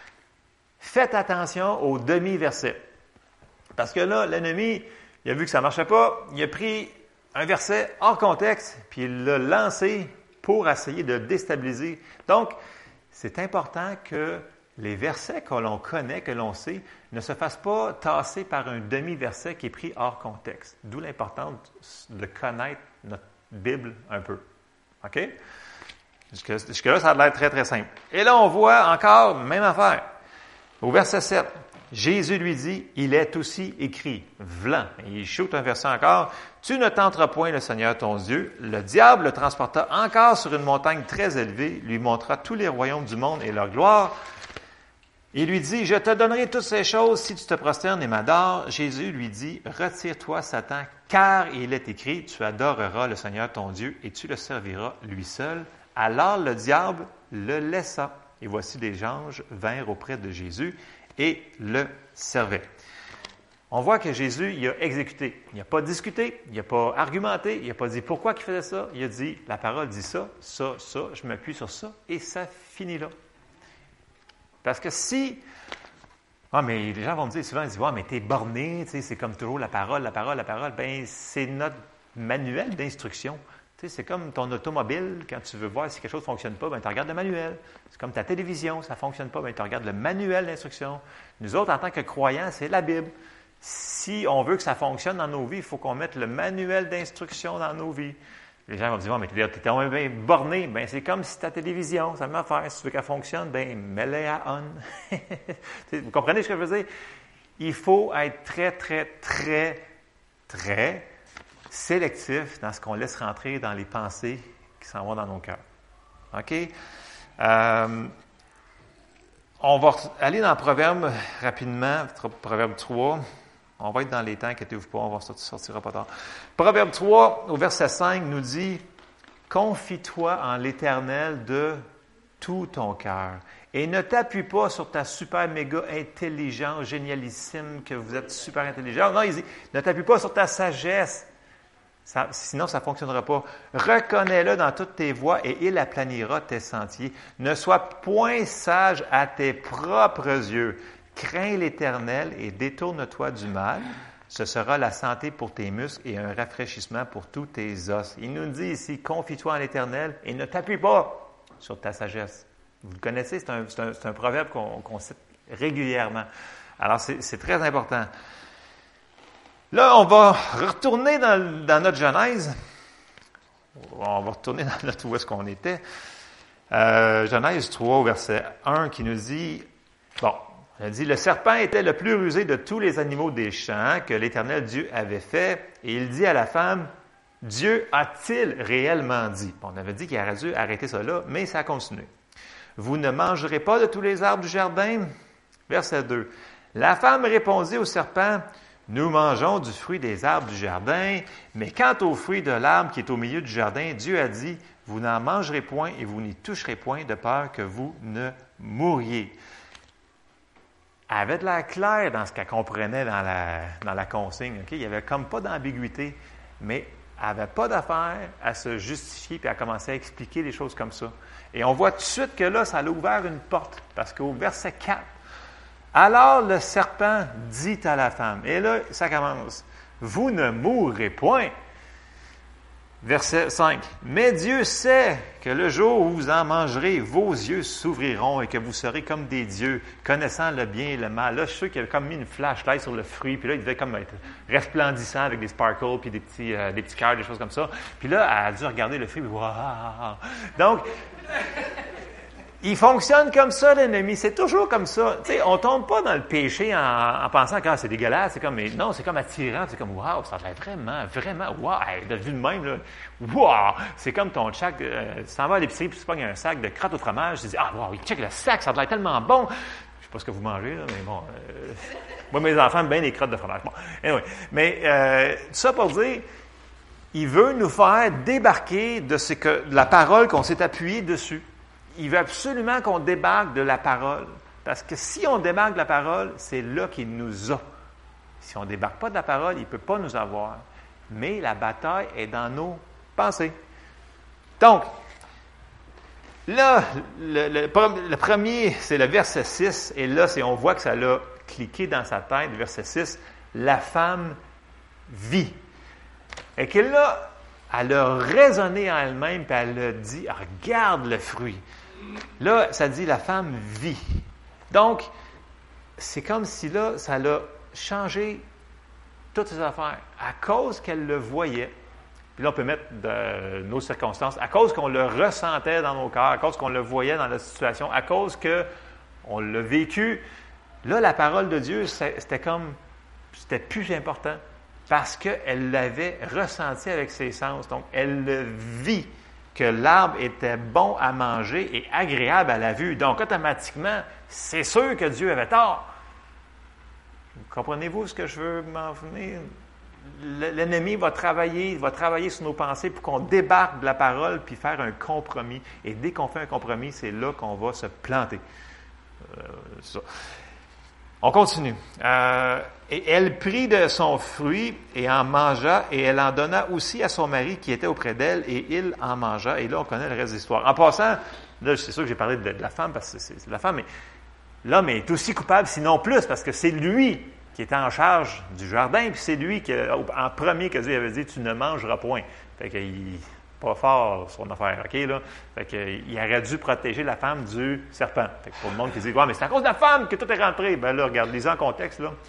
Faites attention au demi-verset. Parce que là, l'ennemi, il a vu que ça ne marchait pas, il a pris un verset hors contexte, puis il l'a lancé pour essayer de déstabiliser. Donc, c'est important que les versets que l'on connaît, que l'on sait, ne se fassent pas tasser par un demi-verset qui est pris hors contexte. D'où l'importance de connaître notre Bible un peu. OK? Jusque, jusque-là, ça a l'air très, très simple. Et là, on voit encore, même affaire. Au verset sept, Jésus lui dit, « Il est aussi écrit, vlan. » Il shoot un verset encore. « Tu ne tenteras point le Seigneur ton Dieu. » Le diable le transporta encore sur une montagne très élevée, lui montra tous les royaumes du monde et leur gloire. Il lui dit, « Je te donnerai toutes ces choses si tu te prosternes et m'adores. » Jésus lui dit, « Retire-toi, Satan, car il est écrit, tu adoreras le Seigneur ton Dieu et tu le serviras lui seul. » Alors le diable le laissa. Et voici des anges vinrent auprès de Jésus et le servaient. On voit que Jésus, il a exécuté. Il n'a pas discuté, il n'a pas argumenté, il n'a pas dit pourquoi il faisait ça. Il a dit, la parole dit ça, ça, ça, je m'appuie sur ça et ça finit là. Parce que si... Ah, mais les gens vont me dire souvent, ils disent, ouais, mais t'es borné, tu sais, c'est comme toujours la parole, la parole, la parole. Bien, c'est notre manuel d'instruction. Tu sais, c'est comme ton automobile, quand tu veux voir si quelque chose ne fonctionne pas, bien, tu regardes le manuel. C'est comme ta télévision, ça ne fonctionne pas, bien, tu regardes le manuel d'instruction. Nous autres, en tant que croyants, c'est la Bible. Si on veut que ça fonctionne dans nos vies, il faut qu'on mette le manuel d'instruction dans nos vies. Les gens vont dire, oh, mais tu es tellement bien borné. Ben, c'est comme si ta télévision, ça m'a fait. Si tu veux qu'elle fonctionne, ben, mets-la à on. Vous comprenez ce que je veux dire? Il faut être très, très, très, très sélectif dans ce qu'on laisse rentrer dans les pensées qui s'en vont dans nos cœurs. OK? Euh, on va aller dans Proverbe rapidement, Proverbe trois. On va être dans les temps, inquiétez-vous pas, on va sortir, sortira pas tard. Proverbe trois, au verset cinq, nous dit « Confie-toi en l'Éternel de tout ton cœur et ne t'appuie pas sur ta super méga intelligence génialissime, que vous êtes super intelligent. Non, il dit « Ne t'appuie pas sur ta sagesse. » Ça, sinon, ça ne fonctionnera pas. Reconnais-le dans toutes tes voies et il aplanira tes sentiers. Ne sois point sage à tes propres yeux. Crains l'Éternel et détourne-toi du mal. Ce sera la santé pour tes muscles et un rafraîchissement pour tous tes os. Il nous dit ici, confie-toi en l'Éternel et ne t'appuie pas sur ta sagesse. Vous le connaissez, c'est un, c'est un, c'est un proverbe qu'on, qu'on cite régulièrement. Alors, c'est, c'est très important. Là, on va retourner dans, dans notre Genèse. On va retourner dans notre, où est-ce qu'on était. Euh, Genèse trois, verset un, qui nous dit, bon, on dit, le serpent était le plus rusé de tous les animaux des champs que l'Éternel Dieu avait fait. Et il dit à la femme, Dieu a-t-il réellement dit? On avait dit qu'il aurait dû arrêter ça là, mais ça a continué. Vous ne mangerez pas de tous les arbres du jardin? Verset deux. La femme répondit au serpent, nous mangeons du fruit des arbres du jardin, mais quant au fruit de l'arbre qui est au milieu du jardin, Dieu a dit, vous n'en mangerez point et vous n'y toucherez point de peur que vous ne mouriez. Elle avait de l'air claire dans ce qu'elle comprenait dans la, dans la consigne. Okay? Il n'y avait comme pas d'ambiguïté, mais elle n'avait pas d'affaire à se justifier puis à commencer à expliquer des choses comme ça. Et on voit tout de suite que là, ça a ouvert une porte, parce qu'au verset quatre, alors le serpent dit à la femme, et là, ça commence, vous ne mourrez point. Verset cinq. Mais Dieu sait que le jour où vous en mangerez, vos yeux s'ouvriront et que vous serez comme des dieux, connaissant le bien et le mal. Là, je suis sûr qu'il avait comme mis une flashlight sur le fruit, puis là, il devait comme être resplendissant avec des sparkles, puis des petits, euh, des petits cœurs, des choses comme ça. Puis là, elle a dû regarder le fruit, puis waouh! Donc, il fonctionne comme ça, l'ennemi. C'est toujours comme ça. Tu sais, on tombe pas dans le péché en, en pensant que ah, c'est dégueulasse. C'est comme, mais non, c'est comme attirant. C'est comme, waouh, ça a l'air vraiment, vraiment, waouh, de vue de même, là. Waouh! C'est comme ton sac, euh, tu t'en vas à l'épicerie, puis tu pognes un sac de crottes au fromage. Tu te dis, ah, waouh, check le sac, ça a l'air tellement bon. Je sais pas ce que vous mangez, là, mais bon. Euh, moi, mes enfants aiment bien les crottes de fromage. Bon, anyway. Mais, euh, tout ça pour dire, il veut nous faire débarquer de, ce que, de la parole qu'on s'est appuyé dessus. Il veut absolument qu'on débarque de la parole. Parce que si on débarque de la parole, c'est là qu'il nous a. Si on ne débarque pas de la parole, il ne peut pas nous avoir. Mais la bataille est dans nos pensées. Donc, là, le, le, le premier, c'est le verset six. Et là, c'est, on voit que ça l'a cliqué dans sa tête, verset six. La femme vit. Et que là, elle a raisonné en elle-même, puis elle a dit, regarde le fruit. Là, ça dit, la femme vit. Donc, c'est comme si là, ça l'a changé toutes ses affaires. À cause qu'elle le voyait, puis là, on peut mettre de nos circonstances, à cause qu'on le ressentait dans nos cœurs, à cause qu'on le voyait dans la situation, à cause qu'on l'a vécu, là, la parole de Dieu, c'était comme, c'était plus important. Parce qu'elle l'avait ressenti avec ses sens. Donc, elle le vit, que l'arbre était bon à manger et agréable à la vue. Donc, automatiquement, c'est sûr que Dieu avait tort. Comprenez-vous ce que je veux m'en venir? L'ennemi va travailler, va travailler sur nos pensées pour qu'on débarque de la parole puis faire un compromis. Et dès qu'on fait un compromis, c'est là qu'on va se planter. Euh, ça. On continue. Euh, et elle prit de son fruit et en mangea, et elle en donna aussi à son mari qui était auprès d'elle, et il en mangea. Et là, on connaît le reste de l'histoire. En passant, là, c'est sûr que j'ai parlé de, de la femme, parce que c'est, c'est de la femme, mais l'homme est aussi coupable, sinon plus, parce que c'est lui qui était en charge du jardin, puis c'est lui qui, en premier, que Dieu avait dit, tu ne mangeras point. Fait qu'il pas fort son affaire, OK, là? Fait qu'il aurait dû protéger la femme du serpent. Fait que pour le monde qui dit, ouais, mais c'est à cause de la femme que tout est rentré. Ben là, regarde, lisez en contexte, là.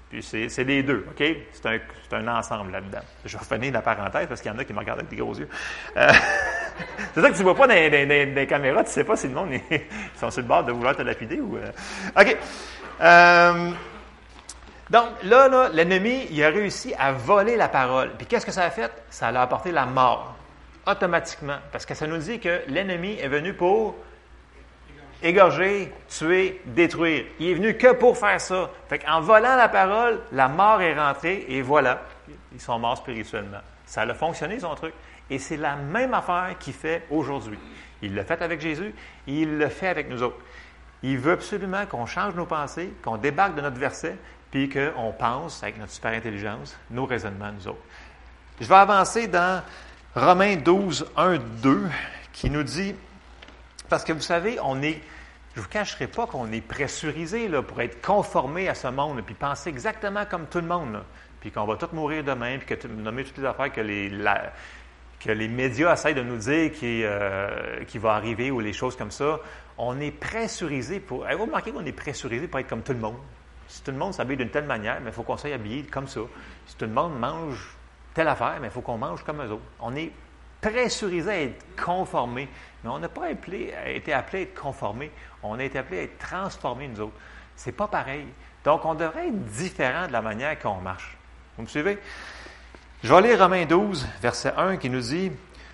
Puis c'est, c'est les deux, OK? C'est un, c'est un ensemble là-dedans. Je vais finir la parenthèse parce qu'il y en a qui me regardent avec des gros yeux. Euh, c'est ça que tu ne vois pas dans, dans, dans, dans les caméras, tu ne sais pas si le monde ils sont sur le bord de vouloir te lapider ou... Euh... OK. Euh, donc là, là, l'ennemi, il a réussi à voler la parole. Puis qu'est-ce que ça a fait? Ça a apporté la mort, automatiquement. Parce que ça nous dit que l'ennemi est venu pour... égorger, tuer, détruire. Il est venu que pour faire ça. Fait qu'en volant la parole, la mort est rentrée et voilà, ils sont morts spirituellement. Ça a fonctionné, son truc. Et c'est la même affaire qu'il fait aujourd'hui. Il l'a fait avec Jésus, il le fait avec nous autres. Il veut absolument qu'on change nos pensées, qu'on débarque de notre verset, puis qu'on pense avec notre super intelligence, nos raisonnements, nous autres. Je vais avancer dans Romains douze, un, deux, qui nous dit... Parce que vous savez, on est, je ne vous cacherai pas qu'on est pressurisé là, pour être conformé à ce monde, puis penser exactement comme tout le monde, là, puis qu'on va tous mourir demain, puis que nommer toutes les affaires que les, la, que les médias essayent de nous dire qui, euh, qui va arriver ou les choses comme ça. On est pressurisé pour... Vous remarquez qu'on est pressurisé pour être comme tout le monde. Si tout le monde s'habille d'une telle manière, mais il faut qu'on soit habillé comme ça. Si tout le monde mange telle affaire, mais il faut qu'on mange comme eux autres. On est pressurisé à être conformé. Mais on n'a pas appelé, été appelé à être conformé. On a été appelé à être transformé, nous autres. C'est pas pareil. Donc, on devrait être différent de la manière qu'on marche. Vous me suivez? Je vais lire Romains douze, verset un, qui nous dit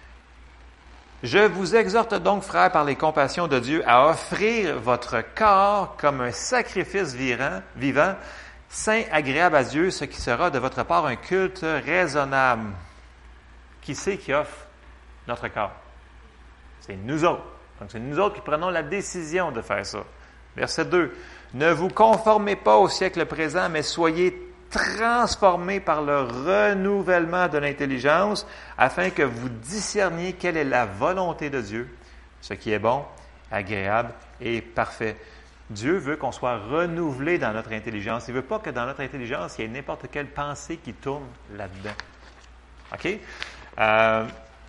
« Je vous exhorte donc, frères, par les compassions de Dieu, à offrir votre corps comme un sacrifice vivant, vivant, saint, agréable à Dieu, ce qui sera de votre part un culte raisonnable. » Qui c'est qui offre notre corps? C'est nous autres. Donc, c'est nous autres qui prenons la décision de faire ça. Verset deux. « Ne vous conformez pas au siècle présent, mais soyez transformés par le renouvellement de l'intelligence, afin que vous discerniez quelle est la volonté de Dieu, ce qui est bon, agréable et parfait. » Dieu veut qu'on soit renouvelé dans notre intelligence. Il ne veut pas que dans notre intelligence, il y ait n'importe quelle pensée qui tourne là-dedans. OK? Euh,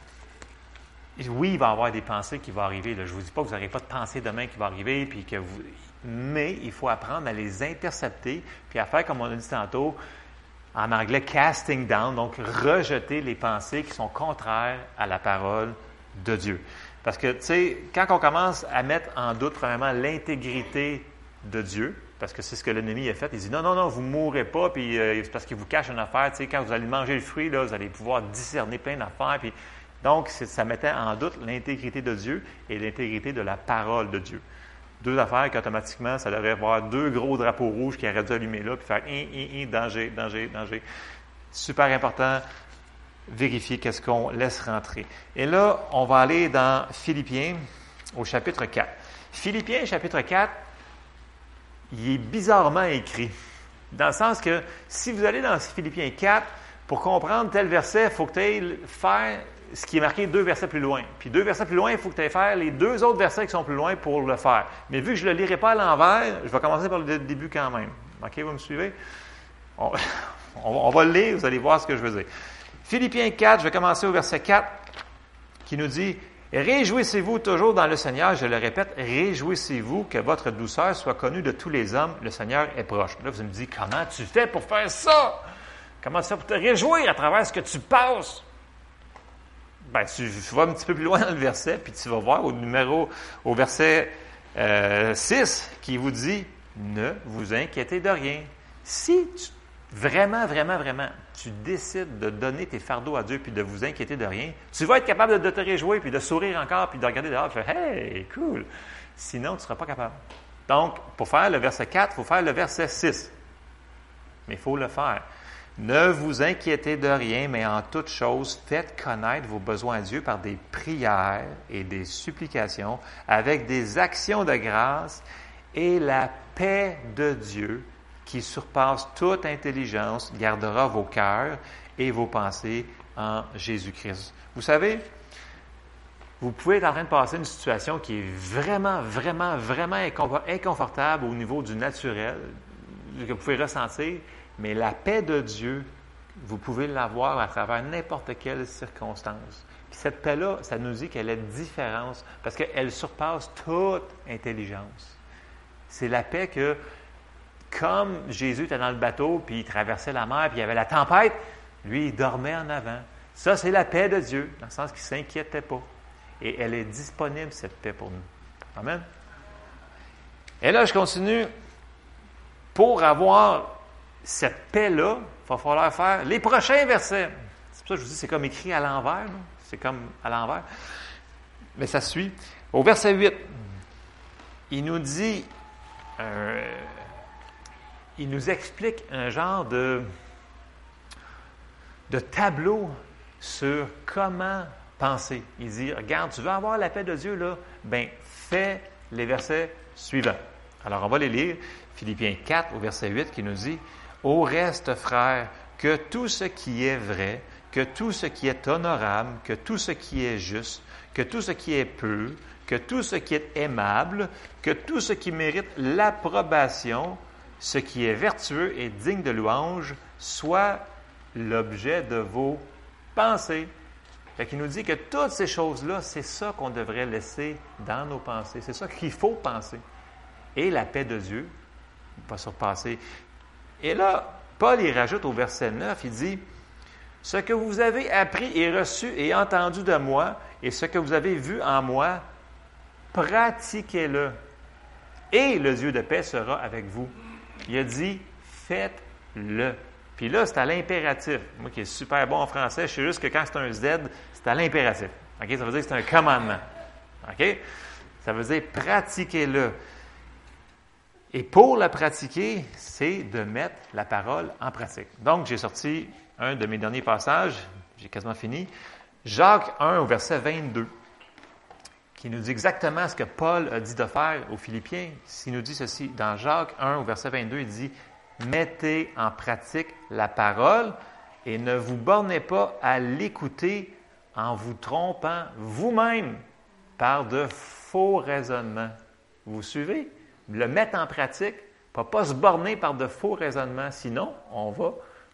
oui, il va y avoir des pensées qui vont arriver. Là. Je ne vous dis pas que vous n'aurez pas de pensée demain qui va arriver, puis que vous... mais il faut apprendre à les intercepter, puis à faire, comme on a dit tantôt, en anglais, casting down, donc rejeter les pensées qui sont contraires à la parole de Dieu. Parce que, tu sais, quand on commence à mettre en doute, premièrement, l'intégrité de Dieu, parce que c'est ce que l'ennemi a fait, il dit non, non, non, vous ne mourrez pas, puis euh, c'est parce qu'il vous cache une affaire. Tu sais, quand vous allez manger le fruit, là, vous allez pouvoir discerner plein d'affaires. Puis, donc, c'est, ça mettait en doute l'intégrité de Dieu et l'intégrité de la parole de Dieu. Deux affaires qu'automatiquement, ça devrait avoir deux gros drapeaux rouges qui auraient dû allumer là, puis faire hi, hi, hi, danger, danger, danger. Super important, vérifier qu'est-ce qu'on laisse rentrer. Et là, on va aller dans Philippiens, au chapitre quatre. Philippiens, chapitre quatre, il est bizarrement écrit. Dans le sens que, si vous allez dans Philippiens quatre, pour comprendre tel verset, il faut que tu ailles faire ce qui est marqué deux versets plus loin. Puis deux versets plus loin, il faut que tu ailles faire les deux autres versets qui sont plus loin pour le faire. Mais vu que je ne le lirai pas à l'envers, je vais commencer par le début quand même. OK, vous me suivez? On, on va le lire, vous allez voir ce que je veux dire. Philippiens quatre, je vais commencer au verset quatre, qui nous dit « Réjouissez-vous toujours dans le Seigneur. Je le répète, réjouissez-vous que votre douceur soit connue de tous les hommes. Le Seigneur est proche. » Là, vous me dites « Comment tu fais pour faire ça? Comment tu fais pour te réjouir à travers ce que tu passes? » Ben, tu, tu vas un petit peu plus loin dans le verset, puis tu vas voir au numéro, au verset euh, six, qui vous dit « Ne vous inquiétez de rien. » Si tu, vraiment, vraiment, vraiment, tu décides de donner tes fardeaux à Dieu, puis de vous inquiéter de rien, tu vas être capable de, de te réjouir, puis de sourire encore, puis de regarder dehors, puis de faire « Hey, cool! » Sinon, tu ne seras pas capable. Donc, pour faire le verset quatre, il faut faire le verset six. Mais il faut le faire. Ne vous inquiétez de rien, mais en toute chose, faites connaître vos besoins à Dieu par des prières et des supplications, avec des actions de grâce, et la paix de Dieu, qui surpasse toute intelligence, gardera vos cœurs et vos pensées en Jésus-Christ. Vous savez, vous pouvez être en train de passer une situation qui est vraiment, vraiment, vraiment inconfortable au niveau du naturel, que vous pouvez ressentir, mais la paix de Dieu, vous pouvez l'avoir à travers n'importe quelle circonstance. Puis cette paix-là, ça nous dit qu'elle est différente parce qu'elle surpasse toute intelligence. C'est la paix que, comme Jésus était dans le bateau, puis il traversait la mer, puis il y avait la tempête, lui, il dormait en avant. Ça, c'est la paix de Dieu, dans le sens qu'il ne s'inquiétait pas. Et elle est disponible, cette paix, pour nous. Amen. Et là, je continue. Pour avoir cette paix-là, il va falloir faire les prochains versets. C'est pour ça que je vous dis, c'est comme écrit à l'envers. Là. C'est comme à l'envers. Mais ça suit. Au verset huit, il nous dit, euh, il nous explique un genre de, de tableau sur comment penser. Il dit, regarde, tu veux avoir la paix de Dieu, là? Ben, fais les versets suivants. Alors, on va les lire. Philippiens quatre, au verset huit, qui nous dit, « Au reste, frères, que tout ce qui est vrai, que tout ce qui est honorable, que tout ce qui est juste, que tout ce qui est pur, que tout ce qui est aimable, que tout ce qui mérite l'approbation, ce qui est vertueux et digne de louange, soit l'objet de vos pensées. » Fait qu'il nous dit que toutes ces choses-là, c'est ça qu'on devrait laisser dans nos pensées. C'est ça qu'il faut penser. Et la paix de Dieu va surpasser. Et là, Paul, il rajoute au verset neuf, il dit, « Ce que vous avez appris et reçu et entendu de moi, et ce que vous avez vu en moi, pratiquez-le. Et le Dieu de paix sera avec vous. » Il a dit, « Faites-le. » Puis là, c'est à l'impératif. Moi qui est super bon en français, je sais juste que quand c'est un Z, c'est à l'impératif. Okay? Ça veut dire que c'est un commandement. OK? Ça veut dire pratiquez-le. Et pour la pratiquer, c'est de mettre la parole en pratique. Donc, j'ai sorti un de mes derniers passages, j'ai quasiment fini, Jacques un au verset vingt-deux, qui nous dit exactement ce que Paul a dit de faire aux Philippiens. Il nous dit ceci, dans Jacques un au verset vingt-deux, il dit « Mettez en pratique la parole et ne vous bornez pas à l'écouter en vous trompant vous-même par de faux raisonnements. » Vous suivez? Le mettre en pratique, pas, pas se borner par de faux raisonnements, sinon on va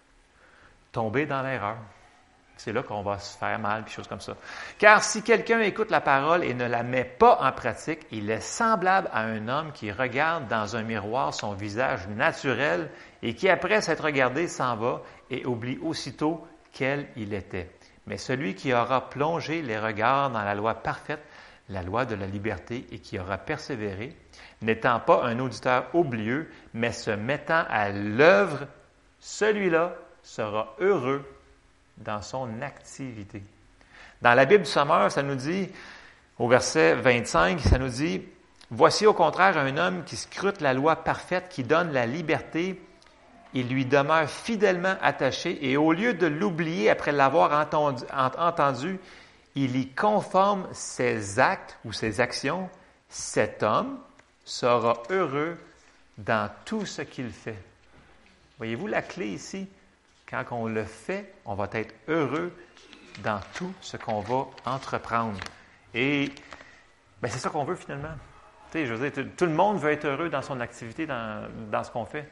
tomber dans l'erreur. C'est là qu'on va se faire mal, puis choses comme ça. Car si quelqu'un écoute la parole et ne la met pas en pratique, il est semblable à un homme qui regarde dans un miroir son visage naturel et qui, après s'être regardé, s'en va et oublie aussitôt quel il était. Mais celui qui aura plongé les regards dans la loi parfaite, la loi de la liberté, et qui aura persévéré, n'étant pas un auditeur oublieux, mais se mettant à l'œuvre, celui-là sera heureux dans son activité. Dans la Bible du Sommeur, ça nous dit, au verset vingt-cinq, ça nous dit, « Voici au contraire un homme qui scrute la loi parfaite, qui donne la liberté, il lui demeure fidèlement attaché, et au lieu de l'oublier après l'avoir entendu, entendu, il y conforme ses actes ou ses actions. Cet homme sera heureux dans tout ce qu'il fait. » Voyez-vous la clé ici? Quand on le fait, on va être heureux dans tout ce qu'on va entreprendre. Et bien, c'est ça qu'on veut finalement. Tu sais, je veux dire, tout le monde veut être heureux dans son activité, dans, dans ce qu'on fait.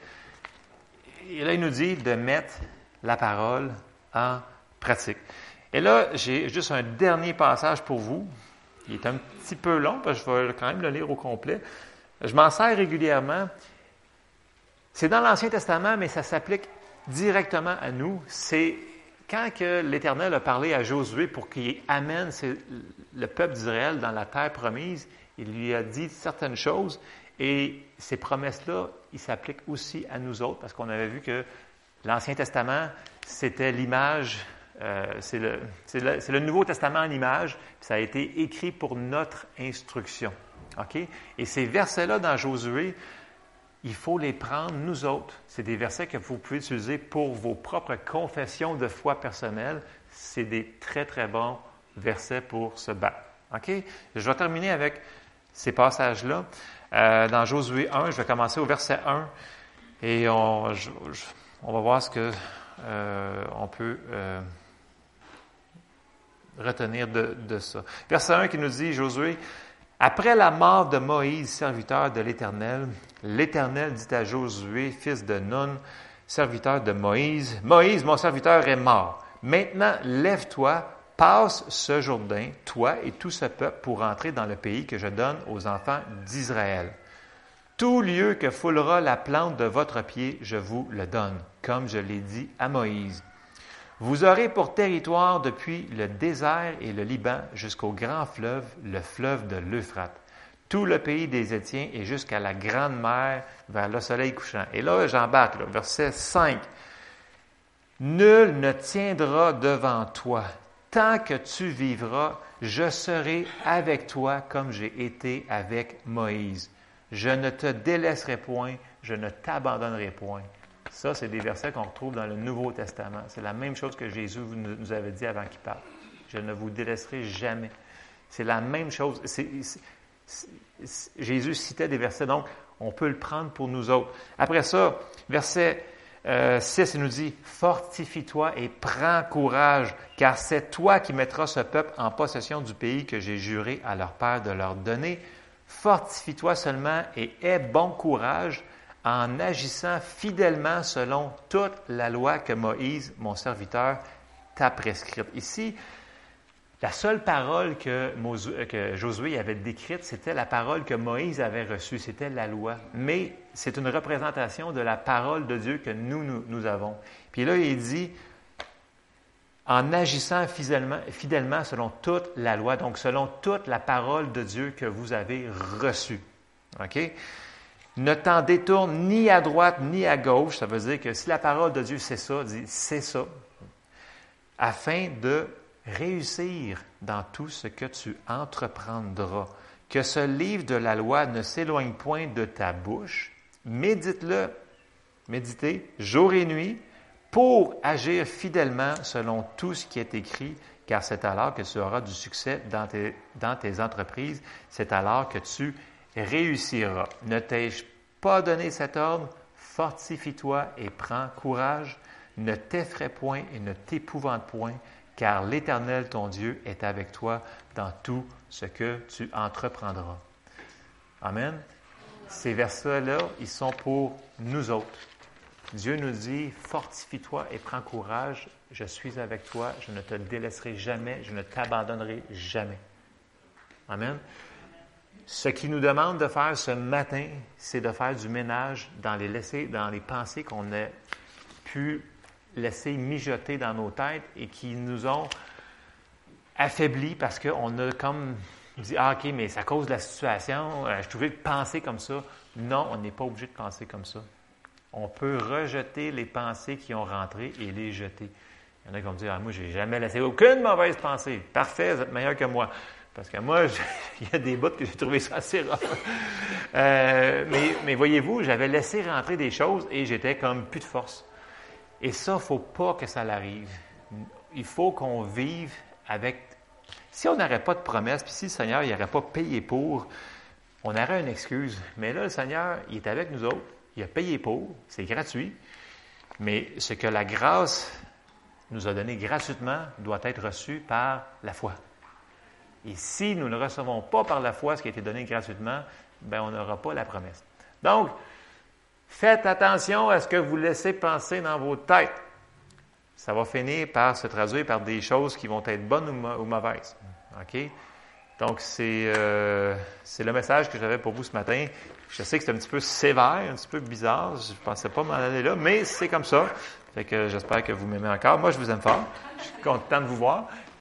Et là, il nous dit de mettre la parole en pratique. Et là, j'ai juste un dernier passage pour vous. Il est un petit peu long, parce que je vais quand même le lire au complet. Je m'en sers régulièrement. C'est dans l'Ancien Testament, mais ça s'applique directement à nous. C'est quand que l'Éternel a parlé à Josué pour qu'il amène le peuple d'Israël dans la terre promise, il lui a dit certaines choses, et ces promesses-là, ils s'appliquent aussi à nous autres, parce qu'on avait vu que l'Ancien Testament, c'était l'image, euh, c'est, le, c'est, le, c'est le Nouveau Testament en image, puis ça a été écrit pour notre instruction. Okay? Et ces versets-là dans Josué, il faut les prendre, nous autres. C'est des versets que vous pouvez utiliser pour vos propres confessions de foi personnelles. C'est des très, très bons versets pour se battre. OK? Je vais terminer avec ces passages-là. Euh, dans Josué un, je vais commencer au verset un et on, je, je, on va voir ce que euh, on peut euh, retenir de, de ça. Verset un qui nous dit, Josué, « Après la mort de Moïse, serviteur de l'Éternel, l'Éternel dit à Josué, fils de Nun, serviteur de Moïse, « Moïse, mon serviteur, est mort. Maintenant, lève-toi, passe ce Jourdain, toi et tout ce peuple, pour entrer dans le pays que je donne aux enfants d'Israël. » Tout lieu que foulera la plante de votre pied, je vous le donne, comme je l'ai dit à Moïse. Vous aurez pour territoire depuis le désert et le Liban jusqu'au grand fleuve, le fleuve de l'Euphrate, tout le pays des Étiens et jusqu'à la grande mer vers le soleil couchant. Et là, j'embarque, là, verset cinq. Nul ne tiendra devant toi. Tant que tu vivras, je serai avec toi comme j'ai été avec Moïse. Je ne te délaisserai point, je ne t'abandonnerai point. Ça, c'est des versets qu'on retrouve dans le Nouveau Testament. C'est la même chose que Jésus nous avait dit avant qu'il parte. Je ne vous délaisserai jamais. C'est la même chose. C'est, c'est, c'est, Jésus citait des versets, donc on peut le prendre pour nous autres. Après ça, verset euh, six, il nous dit « Fortifie-toi et prends courage, car c'est toi qui mettras ce peuple en possession du pays que j'ai juré à leur père de leur donner. Fortifie-toi seulement et aie bon courage, en agissant fidèlement selon toute la loi que Moïse, mon serviteur, t'a prescrite. » Ici, la seule parole que, Mos- que Josué avait décrite, c'était la parole que Moïse avait reçue, c'était la loi. Mais c'est une représentation de la parole de Dieu que nous, nous, nous avons. Puis là, il dit, en agissant fidèlement, fidèlement selon toute la loi, donc selon toute la parole de Dieu que vous avez reçue. OK? Ne t'en détourne ni à droite ni à gauche. Ça veut dire que si la parole de Dieu c'est ça, dit c'est ça, afin de réussir dans tout ce que tu entreprendras. Que ce livre de la loi ne s'éloigne point de ta bouche. Médite-le, méditez jour et nuit pour agir fidèlement selon tout ce qui est écrit, car c'est alors que tu auras du succès dans tes, dans tes entreprises. C'est alors que tu réussiras. Ne t'ai-je pas donné cet ordre? Fortifie-toi et prends courage. Ne t'effraie point et ne t'épouvante point, car l'Éternel, ton Dieu, est avec toi dans tout ce que tu entreprendras. Amen. Ces versets-là, ils sont pour nous autres. Dieu nous dit, fortifie-toi et prends courage. Je suis avec toi. Je ne te délaisserai jamais. Je ne t'abandonnerai jamais. Amen. Ce qu'il nous demande de faire ce matin, c'est de faire du ménage dans les, laisser, dans les pensées qu'on a pu laisser mijoter dans nos têtes et qui nous ont affaiblis parce qu'on a comme dit « Ah, OK, mais c'est à cause de la situation, euh, je trouvais de penser comme ça. » Non, on n'est pas obligé de penser comme ça. On peut rejeter les pensées qui ont rentré et les jeter. Il y en a qui vont dire « Ah, moi, je n'ai jamais laissé aucune mauvaise pensée. Parfait, vous êtes meilleur que moi. » Parce que moi, je, il y a des bouts que j'ai trouvé ça assez rough. Euh, mais, mais voyez-vous, j'avais laissé rentrer des choses et j'étais comme plus de force. Et ça, il ne faut pas que ça l'arrive. Il faut qu'on vive avec... Si on n'aurait pas de promesse, puis si le Seigneur n'aurait pas payé pour, on aurait une excuse. Mais là, le Seigneur, il est avec nous autres. Il a payé pour. C'est gratuit. Mais ce que la grâce nous a donné gratuitement doit être reçu par la foi. Et si nous ne recevons pas par la foi ce qui a été donné gratuitement, bien, on n'aura pas la promesse. Donc, faites attention à ce que vous laissez penser dans vos têtes. Ça va finir par se traduire par des choses qui vont être bonnes ou, ma- ou mauvaises. OK? Donc, c'est, euh, c'est le message que j'avais pour vous ce matin. Je sais que c'est un petit peu sévère, un petit peu bizarre. Je ne pensais pas m'en aller là, mais c'est comme ça. Fait que j'espère que vous m'aimez encore. Moi, je vous aime fort. Je suis content de vous voir.